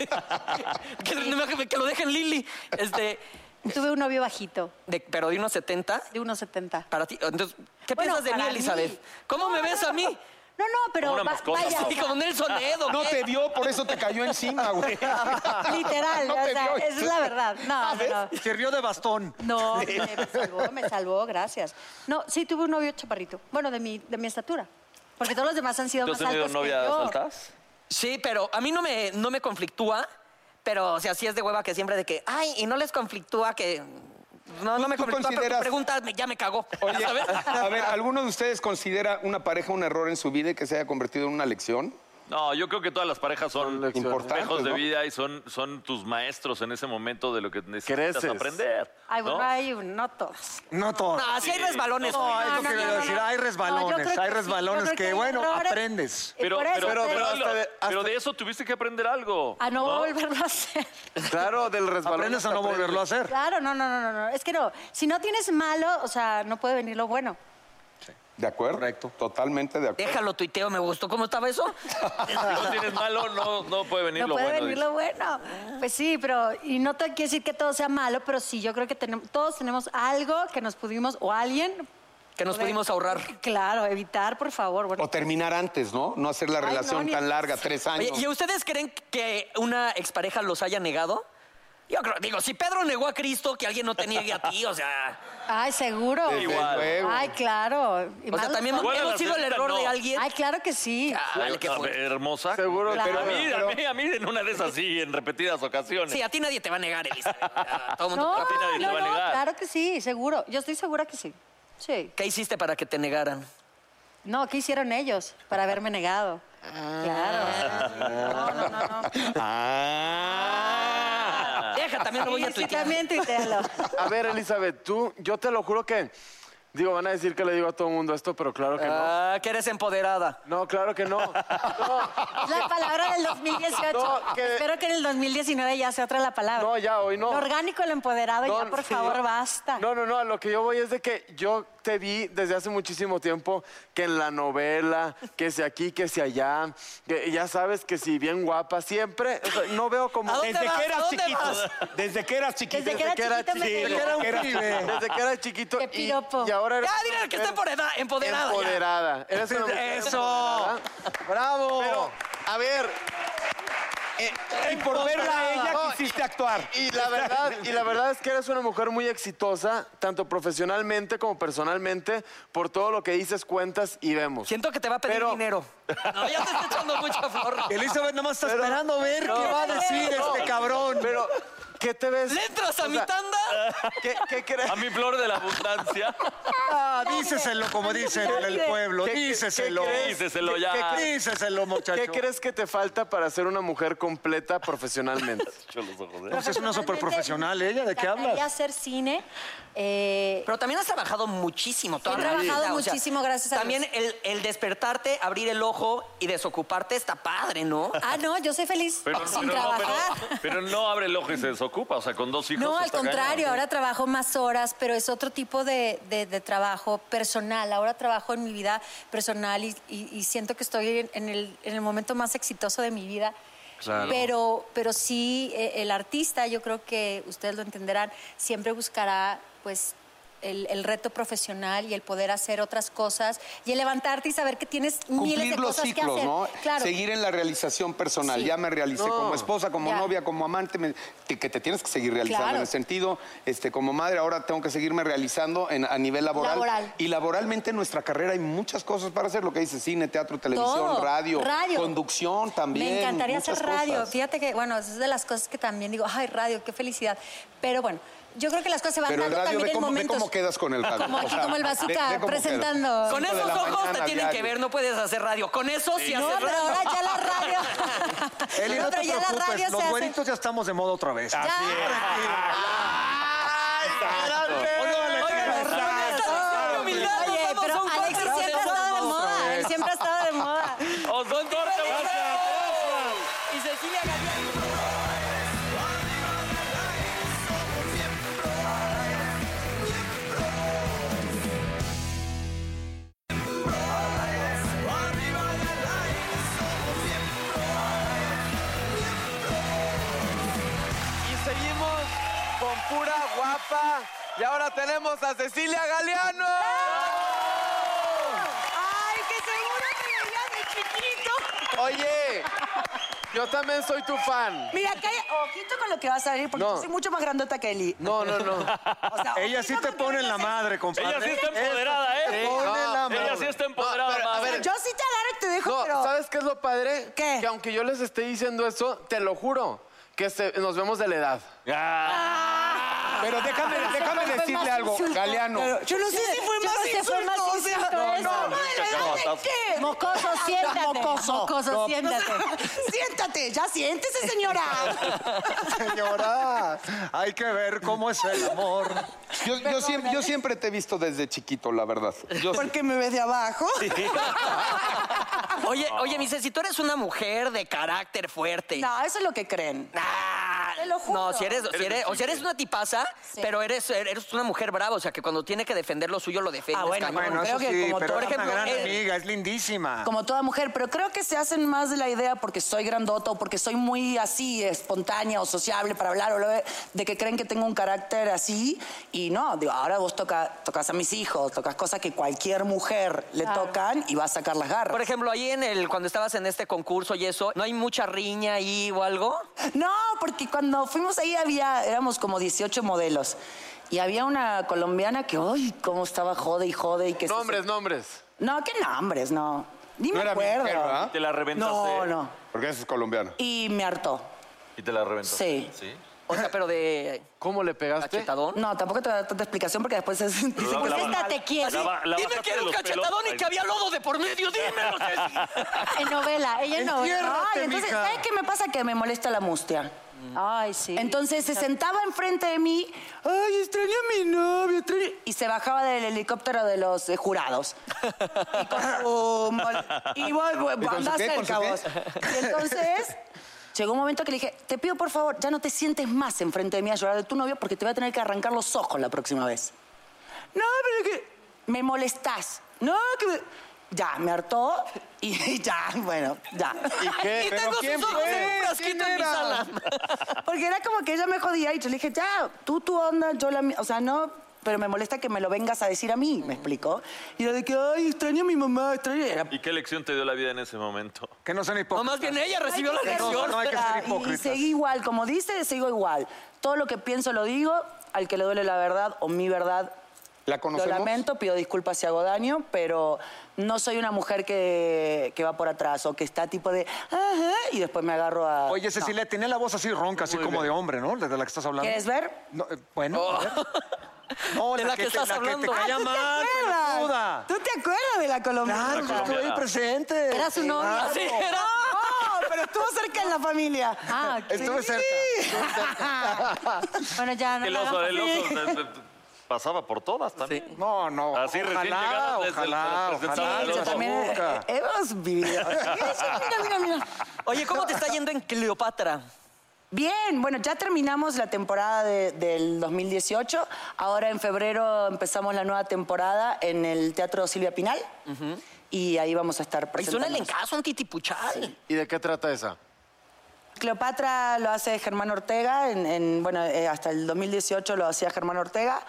que lo dejen Lili. Tuve un novio bajito, Pero de 1.70 de 1.70. para ti. Entonces, ¿qué Bueno, piensas de mí, para mí. Elizabeth? ¿Cómo me ves a mí? No, pero Como una mascota. vaya, Sí, como Nelson Edo. No te vio, por eso te cayó encima, güey. literal, No o te sea, vio. esa es la verdad. No. Sirvió de bastón. No, me salvó, gracias. No, sí, tuve un novio chaparrito. Bueno, de mi estatura. Porque todos los demás han sido ¿Tú más has tenido altos que novias yo. altas? Sí, pero a mí no me conflictúa, pero o sea, sí es de hueva que siempre de que, ay, y no les conflictúa que... No me ¿Tú conflictúa, pero consideras- tu pregunta ya me cagó. Oye, ¿sabes? a ver, ¿alguno de ustedes considera una pareja un error en su vida y que se haya convertido en una lección? No, yo creo que todas las parejas son importantes, espejos de ¿no? vida y son tus maestros en ese momento de lo que necesitas Creces. aprender. Ay, bueno, ¿no? no todas. No todo. No, sí hay resbalones. No, es lo que no, iba a no, decir. no. Hay No, yo resbalones, creo que hay sí, resbalones yo creo que que, hay bueno, errores. aprendes. Pero, Por eso, pero de eso tuviste que aprender algo. A no volverlo a hacer. Claro, del resbalón. Aprendes a no volverlo a hacer. Claro, no. Es que no. Si no tienes malo, o sea, no puede venir lo bueno. ¿De acuerdo? Correcto. Totalmente de acuerdo. Déjalo, tuiteo, me gustó. ¿Cómo estaba eso? Si no tienes malo, no puede venir No lo puede bueno. venir dice. lo bueno. Pues sí, pero, y no te quiere decir que todo sea malo, pero sí, yo creo que todos tenemos algo que nos pudimos, o alguien. Que nos poder- pudimos ahorrar. Claro, evitar, por favor. Bueno, O terminar antes, ¿no? No hacer la Ay, relación no, ni- tan larga, 3 años. Oye, ¿y ustedes creen que una expareja los haya negado? Yo creo, digo, si Pedro negó a Cristo, que alguien no te niegue a ti, o sea... Ay, seguro. Desde Igual. luego. Ay, claro. Y O sea, más también los- Igual a hemos la sido el señorita, error no. de alguien. Ay, claro que sí. Vale, qué fuerte. Hermosa. Seguro. Claro. A mí en una de esas sí, en repetidas ocasiones. Sí, a ti nadie te va a negar, Elizabeth. Todo el mundo No, te va a pedir. nadie te va a negar. claro que sí, seguro. Yo estoy segura que sí. Sí. ¿Qué hiciste para que te negaran? No, ¿qué hicieron ellos para haberme negado? Claro. No. Deja, también lo voy a Sí, tuitear. también tuitealo. A ver, Elizabeth, yo te lo juro que... Digo, van a decir que le digo a todo el mundo esto, pero claro que no. Ah, que eres empoderada. No, claro que no. No, Es la palabra del 2018. No, que- Espero que en el 2019 ya sea otra la palabra. no, ya hoy no. Lo orgánico, lo empoderado, No, ya por sí, favor, no. basta. No, a lo que yo voy es de que yo te vi desde hace muchísimo tiempo que en la novela, que si aquí, que si allá, que ya sabes que si bien guapa, siempre, o sea, no veo como... ¿A dónde Desde vas? que ¿A eras dónde chiquito. vas? Desde que eras chiquito. Desde que era chiquito me desde quería. que era un Que era pibe, desde que era chiquito Qué piropo. y ahora eres Ya, dile que está empoderada. Empoderada. ya. empoderada. Eres una mujer Eso. empoderada. ¡Bravo! Pero, a ver, y por verla a ella No, quisiste actuar. y la verdad es que eres una mujer muy exitosa, tanto profesionalmente como personalmente, por todo lo que dices, cuentas y vemos. Siento que te va a pedir Pero- dinero. No, ya te está echando mucha flor. Elizabeth nada más está esperando ver qué va a decir este cabrón. Pero, ¿qué te ves? ¿Le entras a O mi sea, tanda? ¿Qué crees? A mi flor de la abundancia. Ah, díceselo como dicen en el pueblo. Díceselo. Díceselo ya. Díceselo, muchacho. ¿Qué crees que te falta para ser una mujer completa profesionalmente? Echo los ojos, ¿eh? Pues es una superprofesional ella, ¿de qué Me encantaría hablas? hacer cine. Pero también has trabajado muchísimo toda He la vida. trabajado muchísimo, gracias a Dios. También el despertarte, abrir el ojo y desocuparte está padre, ¿no? Ah, no, yo soy feliz sin no, trabajar. pero no abre el ojo y se desocupa. O sea, con 2 hijos. No, al está contrario, cañón. ahora trabajo más horas, pero es otro tipo de trabajo personal. Ahora trabajo en mi vida personal y siento que estoy en el momento más exitoso de mi vida. Claro. Pero sí, el artista, yo creo que ustedes lo entenderán, siempre buscará, pues, el reto profesional y el poder hacer otras cosas y el levantarte y saber que tienes miles Cumplir de los cosas que ciclos, hacer. ¿no? Claro. Seguir en la realización personal. Sí. Ya me realicé como esposa, como Ya. novia, como amante, que te tienes que seguir realizando Claro. en ese sentido. Como madre, ahora tengo que seguirme realizando a nivel laboral. Laboral. Y laboralmente en nuestra carrera hay muchas cosas para hacer, lo que dice cine, teatro, televisión, Todo. radio, conducción también. Me encantaría muchas hacer radio. cosas. Fíjate que, bueno, es de las cosas que también digo, ay, radio, qué felicidad. Pero bueno, yo creo que las cosas se van Pero el dando radio, también en ve momentos. cómo quedas con el radio. Como aquí, O sea, como el ve bazooka, cómo presentando. quedas. Con 5 de esos la ojos te mañana, tienen que diario. ver, no puedes hacer radio. Con eso sí No, haces pero radio. ahora ya la radio. Eli, no pero te ya la radio preocupes, se los hace. güeritos ya estamos de moda otra vez. Ya. Oye, pero Alexis siempre ha estado de moda. Él siempre ha estado de moda. Os doy corte, Y Cecilia Galeano. Y seguimos con pura guapa. Y ahora tenemos a Cecilia Galeano. Ay, que seguro me veías de chiquito. Oye, yo también soy tu fan. Mira, ojito con lo que vas a decir, porque No. yo soy mucho más grandota que Eli. No. O sea, Ella sí te pone en la madre, compadre. Ella sí está empoderada, ¿eh? Te pone en la madre. Ella sí está empoderada, pero, a madre. ver, yo sí te agarro y te dejo, No, pero... ¿sabes qué es lo padre? ¿Qué? Que aunque yo les esté diciendo eso, te lo juro, que nos vemos de la edad. Pero déjame decirle algo, Galeano. Pero yo no sé si fue más insulto, o sea, insulto eso. putazo. ¿Qué? Mocoso, siéntate. Mocoso, siéntate. Siéntate, ya siéntese, señora. Señora, hay que ver cómo es el amor. Yo siempre te he visto desde chiquito, la verdad. ¿Por qué me ves de abajo? Oye, Mise, si tú eres una mujer de carácter fuerte. No, eso es lo que creen. Te lo juro. No, si eres una tipaza, pero eres una mujer brava, o sea, que cuando tiene que defender lo suyo, lo defiende. Bueno, Bueno, creo eso que sí, como pero por es ejemplo, una gran amiga, es lindísima. Como toda mujer, pero creo que se hacen más de la idea porque soy grandota o porque soy muy así, espontánea o sociable para hablar, o de que creen que tengo un carácter así. Y no, digo, ahora vos tocas a mis hijos, tocas cosas que cualquier mujer le tocan y va a sacar las garras. Por ejemplo, ahí cuando estabas en este concurso y eso, ¿no hay mucha riña ahí o algo? No, porque cuando fuimos ahí éramos como 18 modelos. Y había una colombiana que, ¡ay! Cómo estaba jode y jode. Y que Nombres. No, ¿qué nombres? No. Ni No me era mi acuerdo. mujer, ¿verdad? ¿Te la reventaste? No. Porque ese es colombiano. Y me hartó. ¿Y te la reventaste? Sí. O sea, pero de ¿Cómo le pegaste? cachetadón. No, tampoco te voy a dar tanta explicación porque después es... Pero Pues la- siéntate quieto. Dime bajaste que era de un los cachetadón pelos. y que había lodo de por medio, dímelo. En novela, ella en novela. Ay, entonces, ¿sabes qué me pasa? Que me molesta la mustia. Ay, sí. Entonces se sentaba enfrente de mí, ay, extraño a mi novio, y se bajaba del helicóptero de los jurados. Y con y voy, ¿Y con su andás qué? ¿Con su cerca qué? vos. Y entonces llegó un momento que le dije, te pido por favor, ya no te sientes más enfrente de mí a llorar de tu novio porque te voy a tener que arrancar los ojos la próxima vez. No, pero que me molestás. No, que me... Ya, me hartó y ya, bueno, ya. ¿Y qué? Y tengo sus ojos en un frasquito en mi sala. Porque era como que ella me jodía y yo le dije, ya, tú tu onda, yo la mía. O sea, no, pero me molesta que me lo vengas a decir a mí, ¿me explico? Y era de que, ay, extraño a mi mamá, extraño. ¿Y qué lección te dio la vida en ese momento? Que no sean No, hipócritas. más bien ella recibió la Ay, lección. No hay que ser Y hipócritas. seguí igual, como dice, sigo igual. Todo lo que pienso lo digo, al que le duele la verdad o mi verdad. ¿La Lo conocemos? lamento, pido disculpas si hago daño, pero no soy una mujer que va por atrás o que está tipo de, ajá, y después me agarro a... Oye, Cecilia, tenía la voz así ronca, así como de hombre, ¿no? De la que estás hablando. ¿Quieres ver? No, bueno, a ver. No, De la que estás la hablando. que te caía ¿Tú te mal, acuerdas? peluda. ¿Tú te acuerdas de la colombiana? Claro, yo estuve ahí presente. Era su novia. Claro. Así era. No, pero estuvo cerca en la familia. Ah, Estuve cerca. Estuve cerca. bueno, ya no El la oso, hagas el así. oso pasaba por todas también. No, no. Así recién llegadas desde ojalá, el- ojalá. Sí, no Yo se también busca. hemos vivido. Mira. Oye, ¿cómo te está yendo en Cleopatra? Bien, bueno, ya terminamos la temporada del 2018. Ahora en febrero empezamos la nueva temporada en el Teatro Silvia Pinal. Y ahí vamos a estar Es un presentando. elencazo, un titipuchal. ¿Y de qué trata esa? Cleopatra lo hace Germán Ortega, hasta el 2018 lo hacía Germán Ortega.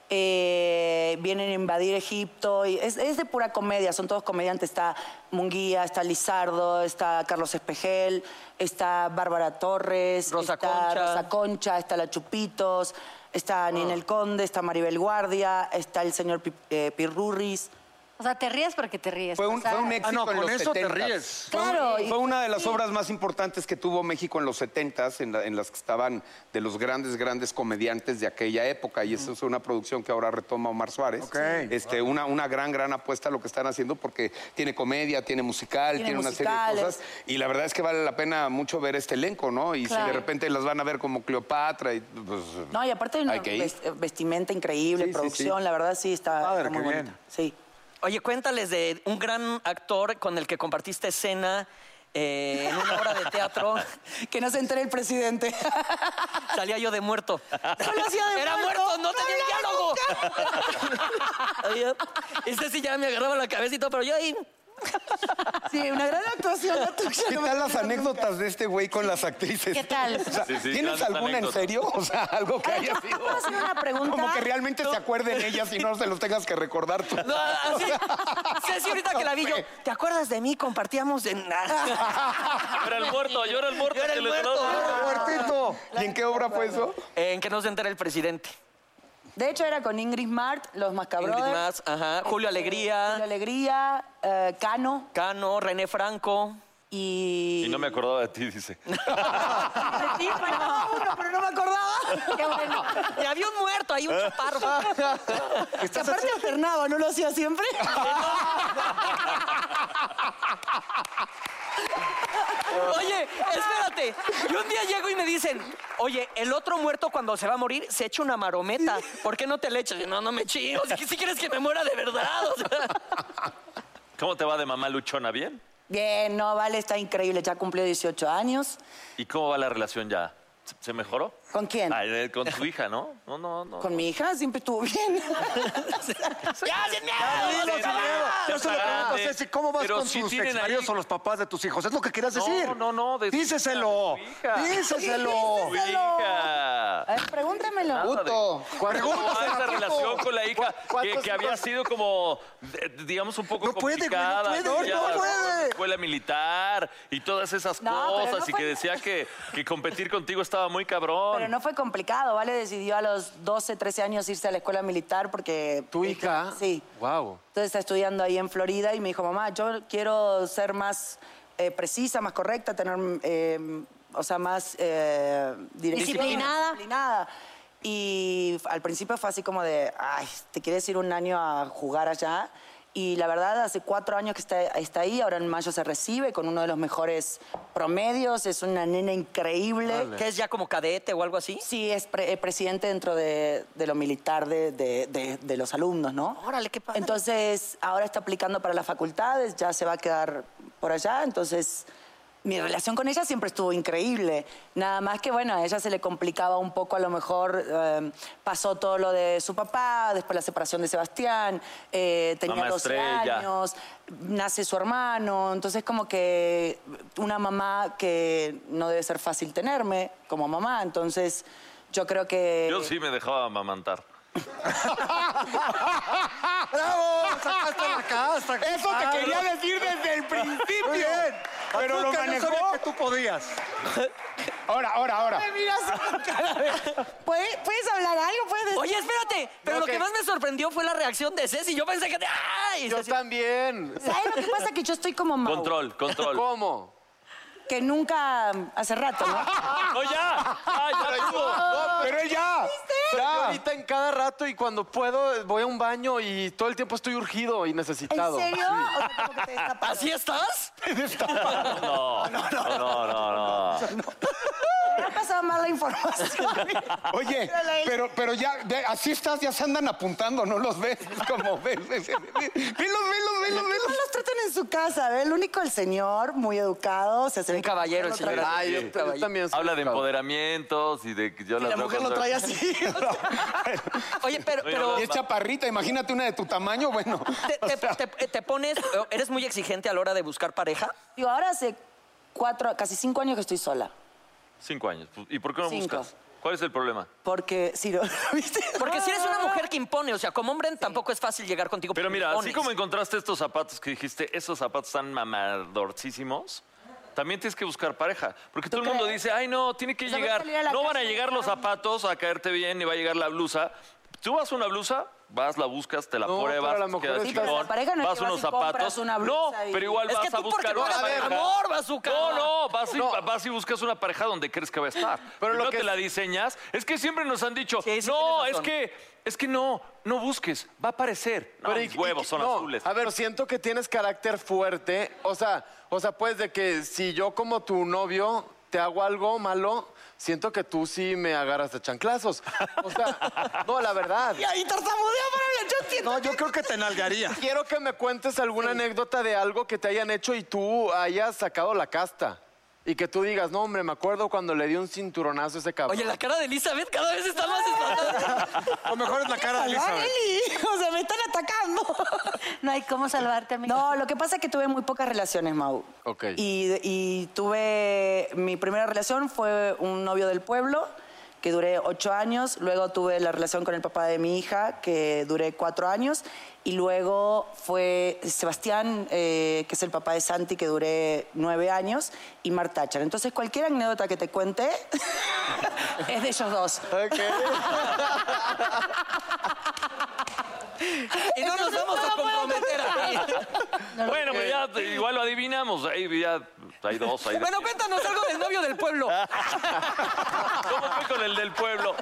Vienen a invadir Egipto, y es de pura comedia, son todos comediantes. Está Munguía, está Lizardo, está Carlos Espejel, está Bárbara Torres, Rosa está Concha. Rosa Concha, está La Chupitos, está Ninel Conde, está Maribel Guardia, está el señor Pirurris. O sea, te ríes porque te ríes. Fue un, O sea, fue un éxito no, en con los eso te 70s. ríes. Claro, Fue una de las obras más importantes que tuvo México en los 70s, en las que estaban de los grandes comediantes de aquella época. Y eso es una producción que ahora retoma Omar Suárez. Ok. Una gran apuesta a lo que están haciendo porque tiene comedia, tiene musical, Tiene tiene una serie de musicales. cosas. Y la verdad es que vale la pena mucho ver este elenco, ¿no? Y si Claro. de repente las van a ver como Cleopatra, y, pues, No, y aparte hay una hay que ir. vestimenta increíble, Sí, sí, producción, sí. la verdad sí está, Padre, está muy qué bien. bonita. Sí. Oye, cuéntales de un gran actor con el que compartiste escena en una obra de teatro. Que no se entere el presidente. Salía yo de muerto. Solo hacía de Era muerto, muerto, no no tenía hablaba diálogo. Y sí ya me agarraba la cabeza y todo, pero yo ahí... Sí, una gran actuación la tuya. ¿Qué no me tal las acuerdo anécdotas nunca. de este güey con las actrices? ¿Qué tal? O sea, Sí, sí, ¿tienes grandes alguna en anécdotas. serio? O sea, algo que haya sido... ¿Puedo hacer una pregunta? Como que realmente se acuerden ellas y no se los tengas que recordar tú. No, así. Sí, ahorita que la vi yo, ¿te acuerdas de mí? Compartíamos en... Yo era el muerto, yo era el muerto. Yo era el que le muerto. sonaba. Muertito. ¿Y en qué obra fue eso? En que no se entere el presidente. De hecho, era con Ingrid Mart, Los Mascabrothers. Ingrid Mas, ajá. Julio Alegría, Julio Alegría, Cano Cano, René Franco. y... Y no me acordaba de ti, dice. Sí, faltaba uno, pero no me acordaba. Qué bueno. Y había un muerto ahí, un chaparro. Que aparte alternaba, ¿no lo hacía siempre? Oye, espérate. Y un día llego y me dicen, oye, el otro muerto cuando se va a morir se echa una marometa. ¿Por qué no te le echas? Y, no me chingo. Si quieres que me muera de verdad. O sea. ¿Cómo te va de mamá luchona? ¿Bien? Bien, no, Vale está increíble. Ya cumplió 18 años. ¿Y cómo va la relación ya? ¿Se mejoró? ¿Con quién? Ay, con tu hija, ¿no? No. Con mi hija siempre estuvo bien. ¡Ya, sin miedo! Yo solo pregunto, Ceci, ¿cómo vas Pero con sí tus tienen exmaridos ahí- o los papás de tus hijos? Es lo que querías decir. No. Díceselo. Tu hija. Díceselo. Tu hija. A ver, pregúntamelo. Puto. ¿Cómo va esa relación con la hija que había sido como, digamos, un poco No puede, güey, no complicada? puede, ¿no? Ya no la puede. escuela militar y todas esas No, pero cosas no y fue- que decía que competir contigo estaba muy cabrón. Pero no fue complicado, ¿vale? Decidió a los 12, 13 años irse a la escuela militar porque... ¿Tu hija? Sí. Wow. Entonces está estudiando ahí en Florida y me dijo, mamá, yo quiero ser más precisa, más correcta, tener, más disciplinada. Y al principio fue así como de, ay, ¿te quieres ir un año a jugar allá? Y la verdad, hace 4 años que está ahí, ahora en mayo se recibe con uno de los mejores promedios, es una nena increíble. ¿Qué es ya como cadete o algo así? Sí, es presidente dentro de lo militar de los alumnos, ¿no? Órale, qué padre. Entonces, ahora está aplicando para las facultades, ya se va a quedar por allá, entonces... Mi relación con ella siempre estuvo increíble. Nada más que, bueno, a ella se le complicaba un poco, a lo mejor pasó todo lo de su papá, después la separación de Sebastián, tenía Mamá 12 estrella. años, nace su hermano, entonces como que una mamá que no debe ser fácil tenerme como mamá, entonces yo creo que... Yo sí me dejaba amamantar. ¡Bravo! ¡Sacaste la casta! Eso te quería decir desde el principio. Muy bien. Pero lo Azúcar, yo manejó. sabía que tú podías. Ahora. ¿Puedes hablar algo? ¿Puedes decir? Oye, espérate. Pero lo que más me sorprendió fue la reacción de Ceci. Yo pensé que... ¡Ay! Yo también. ¿Sabes lo que pasa? Que yo estoy como Mau, Control. ¿Cómo? que nunca hace rato, ¿no? ¡No, ya! ¡Ay, ya estuvo! Pero él ya. Yo ahorita en cada rato y cuando puedo voy a un baño y todo el tiempo estoy urgido y necesitado. ¿En serio? O sea, como que te destapas. ¿Así estás? No. Me ha pasado mal la información. Oye, pero ya, así estás, ya se andan apuntando, ¿no los ves? Es como, velos. No los tratan en su casa, ¿ve? El único, el señor, muy educado. Se hace Un caballero, el señor. Ay, yo también soy Habla de educado. empoderamientos y de que yo La mujer lo trae así. Oye, pero Y es chaparrita, imagínate una de tu tamaño, bueno. te pones... ¿Eres muy exigente a la hora de buscar pareja? Digo, ahora hace 4, casi 5 años que estoy sola. 5 años. ¿Y por qué no 5. buscas? ¿Cuál es el problema? Porque, sí, ¿viste? Porque si eres una mujer que impone, o sea, como hombre tampoco es fácil llegar contigo. Pero porque mira, así impones. como encontraste estos zapatos que dijiste, esos zapatos están mamadorcísimos, también tienes que buscar pareja. Porque todo el mundo crees? dice, ay, no, tiene que O sea, voy a llegar. salir a la No van a calle llegar los zapatos a caerte bien, ni va a llegar la blusa. Tú vas a una blusa, vas, la buscas, te la No, pruebas, pero a lo te mejor queda es- Sí, pero chingón, la pareja no es vas que unos vas y compras zapatos. una No, blusa y- pero igual Es vas que a tú porque buscar tú una eres pareja. amor, bazooka. No, vas y buscas una pareja donde crees que va a estar. Pero Y lo no que te es- la diseñas. Es que siempre nos han dicho, Sí, sí no, tienes razón. es que no busques, va a aparecer. No, Pero mis huevos son no, azules. A ver, siento que tienes carácter fuerte. O sea, pues de que si yo como tu novio te hago algo malo, siento que tú sí me agarras de chanclazos. O sea, no, la verdad. Y ahí tartamudeo para hablar, yo entiendo. No, yo creo que te nalgaría. Quiero que me cuentes alguna anécdota de algo que te hayan hecho y tú hayas sacado la casta. Y que tú digas, no, hombre, me acuerdo cuando le di un cinturonazo a ese cabrón. Oye, la cara de Elizabeth cada vez está más espantada. Lo mejor es la cara de Elizabeth. Eli, o sea, me están atacando. No hay cómo salvarte, amigo. No, lo que pasa es que tuve muy pocas relaciones, Mau. Ok. Y tuve... Mi primera relación fue un novio del pueblo, que duré 8 años. Luego tuve la relación con el papá de mi hija, que duré 4 años. Y luego fue Sebastián, que es el papá de Santi, que duré 9 años. Y Marta Táchar. Entonces, cualquier anécdota que te cuente es de ellos dos. Y no nos vamos a comprometer aquí. Bueno, pues ya igual lo adivinamos. Ahí ya hay dos. Hay Bueno, cuéntanos algo del novio del pueblo. ¿Cómo fue con el del pueblo?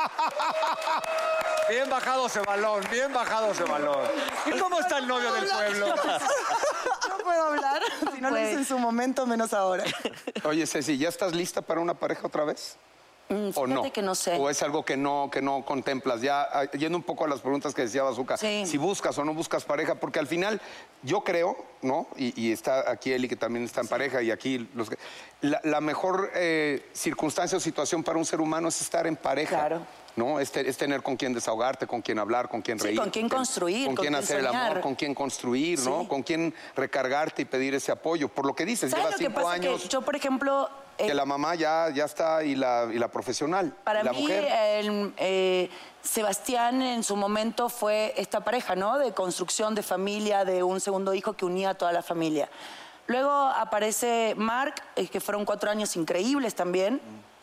Bien bajado ese balón, bien bajado ese balón. ¿Y cómo está el novio del pueblo? puedo hablar. Si no lo hice en su momento, menos ahora. Oye, Ceci, ¿ya estás lista para una pareja otra vez? ¿O no? Fíjate que no sé. ¿O es algo que no contemplas? Ya, yendo un poco a las preguntas que decía Bazooka, Sí. si buscas o no buscas pareja, porque al final yo creo, ¿no? Y está aquí Eli, que también está en pareja, y aquí los que... La mejor circunstancia o situación para un ser humano es estar en pareja. Claro. ¿No? Es tener con quién desahogarte, con quién hablar, con quién Sí, reír. con quién construir, con con quién quién hacer el soñar. amor, con quién construir, ¿no? Sí. Con quién recargarte y pedir ese apoyo. Por lo que dices, ¿Sabes lleva lo que 5 pasa? años Que yo, por ejemplo... que la mamá ya está y la profesional. Para y la mí, mujer. Sebastián en su momento fue esta pareja, ¿no? De construcción de familia, de un segundo hijo que unía a toda la familia. Luego aparece Mark, que fueron 4 años increíbles también.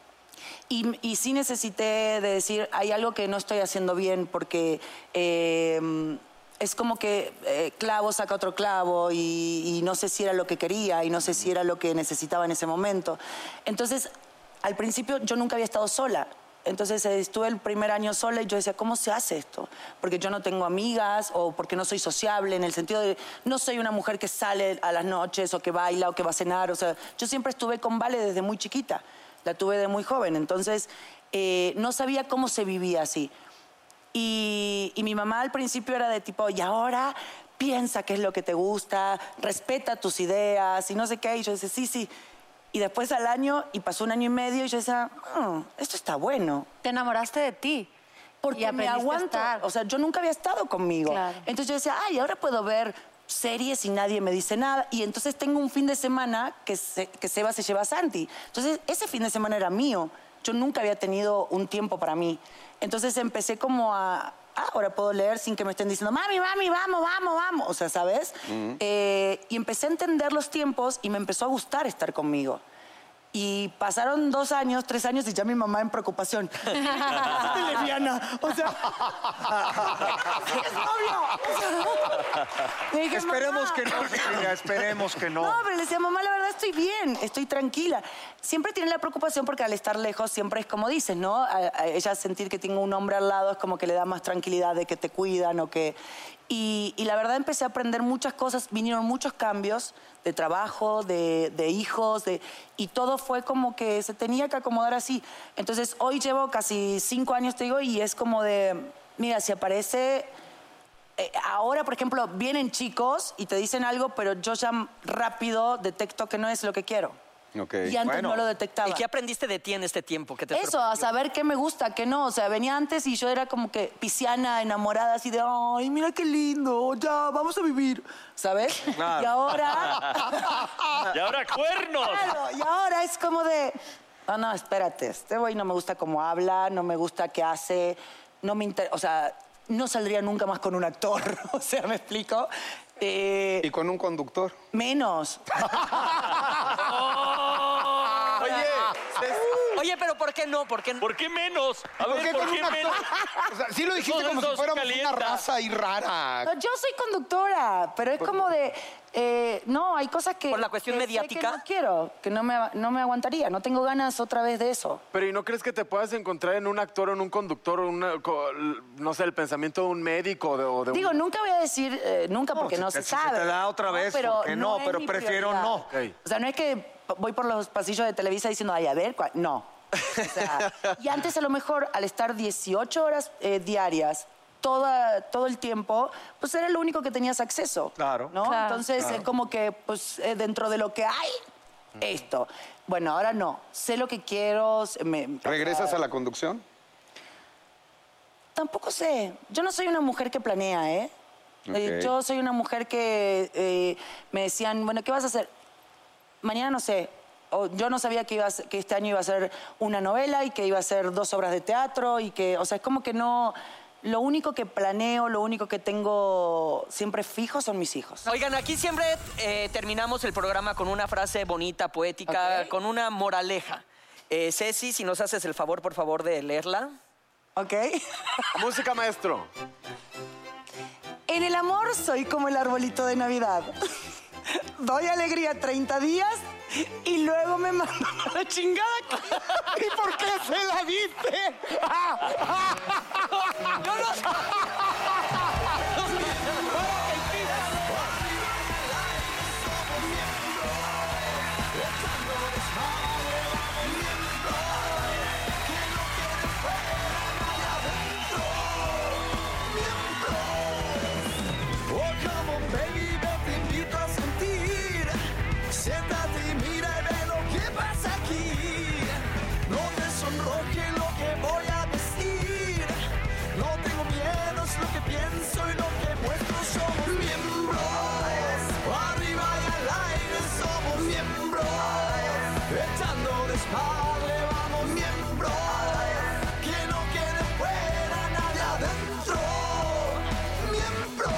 Y sí necesité de decir, hay algo que no estoy haciendo bien porque es como que clavo saca otro clavo y no sé si era lo que quería y no sé si era lo que necesitaba en ese momento. Entonces, al principio yo nunca había estado sola. Entonces estuve el primer año sola y yo decía, ¿cómo se hace esto? Porque yo no tengo amigas o porque no soy sociable, en el sentido de no soy una mujer que sale a las noches o que baila o que va a cenar. O sea, yo siempre estuve con Vale desde muy chiquita. La tuve de muy joven, entonces no sabía cómo se vivía así. Y mi mamá al principio era de tipo, y ahora piensa qué es lo que te gusta, respeta tus ideas y no sé qué. Y yo decía, sí. Y después al año, y pasó 1 año y medio, y yo decía, esto está bueno. Te enamoraste de ti. Porque Y me aprendiste a aguanto. estar. O sea, yo nunca había estado conmigo. Claro. Entonces yo decía, ahora puedo ver series y nadie me dice nada. Y entonces tengo un fin de semana que Seba se lleva a Santi. Entonces ese fin de semana era mío. Yo nunca había tenido un tiempo para mí. Entonces empecé como a... ahora puedo leer sin que me estén diciendo, mami, vamos. O sea, ¿sabes? Y empecé a entender los tiempos y me empezó a gustar estar conmigo. Y pasaron 2 años, 3 años y ya mi mamá en preocupación. ¡Qué lesbiana! O sea... ¡Es novio! Le dije, Esperemos mamá. que no, Cecilia, esperemos que no. No, pero le decía, mamá, la verdad estoy bien, estoy tranquila. Siempre tiene la preocupación porque al estar lejos siempre es como dices, ¿no? A ella sentir que tiene un hombre al lado es como que le da más tranquilidad de que te cuidan o que... Y la verdad empecé a aprender muchas cosas, vinieron muchos cambios de trabajo, de hijos, y todo fue como que se tenía que acomodar así. Entonces hoy llevo casi 5 años, te digo, y es como de, mira, si aparece... ahora, por ejemplo, vienen chicos y te dicen algo, pero yo ya rápido detecto que no es lo que quiero. Okay. Y antes no lo detectaba. ¿Y qué aprendiste de ti en este tiempo? ¿Qué te Eso, a sorprendió? saber qué me gusta, qué no. O sea, venía antes y yo era como que pisciana, enamorada, así de, ay, mira qué lindo, ya, vamos a vivir, ¿sabes? Claro. Y ahora... ¡Y ahora cuernos! Claro, y ahora es como de, no, espérate, este güey no me gusta cómo habla, no me gusta qué hace, no me interesa, o sea, no saldría nunca más con un actor, o sea, ¿me explico? ¿Y con un conductor? Menos. Oye, pero ¿por qué no? ¿Por qué no? ¿Por qué menos? A ver, ¿por con qué un actor? menos? O sea, sí lo dijiste Todos como si dos fuéramos calienta. una raza ahí rara. No, yo soy conductora, pero es como de, no, hay cosas que... ¿Por la cuestión que sé mediática? que no quiero, que no me aguantaría, no tengo ganas otra vez de eso. Pero ¿y no crees que te puedas encontrar en un actor o en un conductor, no sé, el pensamiento de un médico o de Digo, un... nunca voy a decir nunca porque si no te- se si se sabe. te da otra vez, ¿por qué no? es Pero mi prefiero prioridad. no. Ok. O sea, no es que voy por los pasillos de Televisa diciendo, ay, a ver, no. O sea, y antes a lo mejor, al estar 18 horas diarias, todo el tiempo, pues era lo único que tenías acceso. Claro. ¿no? Claro. Entonces, es como que, pues, dentro de lo que hay, esto. Bueno, ahora no. Sé lo que quiero. ¿Regresas a la conducción? Tampoco sé. Yo no soy una mujer que planea, ¿eh? Ok. Yo soy una mujer que me decían, bueno, ¿qué vas a hacer? Mañana no sé. O yo no sabía que este año iba a ser una novela y que iba a ser 2 obras de teatro y que, o sea, es como que no... Lo único que planeo, lo único que tengo siempre fijo son mis hijos. Oigan, aquí siempre terminamos el programa con una frase bonita, poética, Ok. con una moraleja. Ceci, si nos haces el favor, por favor, de leerla. ¿Ok? Música, maestro. En el amor soy como el arbolito de Navidad. Doy alegría 30 días y luego me mandan a la chingada. ¿Y por qué se la diste? Yo no... trabajar, le vamos miembros. Que no quede fuera nadie adentro. Miembros.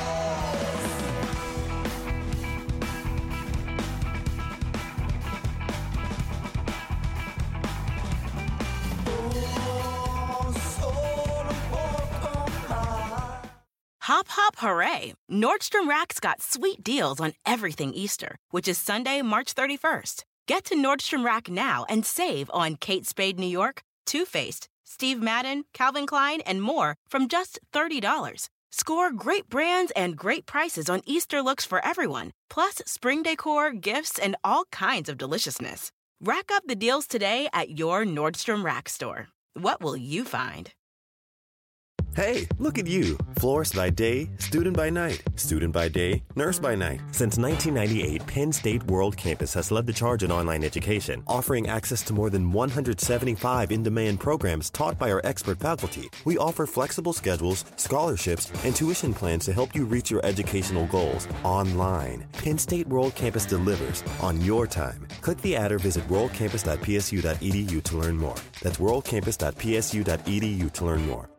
Hop, hop, hooray! Nordstrom Rack's got sweet deals on everything Easter, which is Sunday, March 31st. Get to Nordstrom Rack now and save on Kate Spade New York, Too Faced, Steve Madden, Calvin Klein, and more from just $30. Score great brands and great prices on Easter looks for everyone, plus spring decor, gifts, and all kinds of deliciousness. Rack up the deals today at your Nordstrom Rack store. What will you find? Hey, look at you. Florist by day, student by night. Student by day, nurse by night. Since 1998, Penn State World Campus has led the charge in online education, offering access to more than 175 in-demand programs taught by our expert faculty. We offer flexible schedules, scholarships, and tuition plans to help you reach your educational goals online. Penn State World Campus delivers on your time. Click the ad or visit worldcampus.psu.edu to learn more. That's worldcampus.psu.edu to learn more.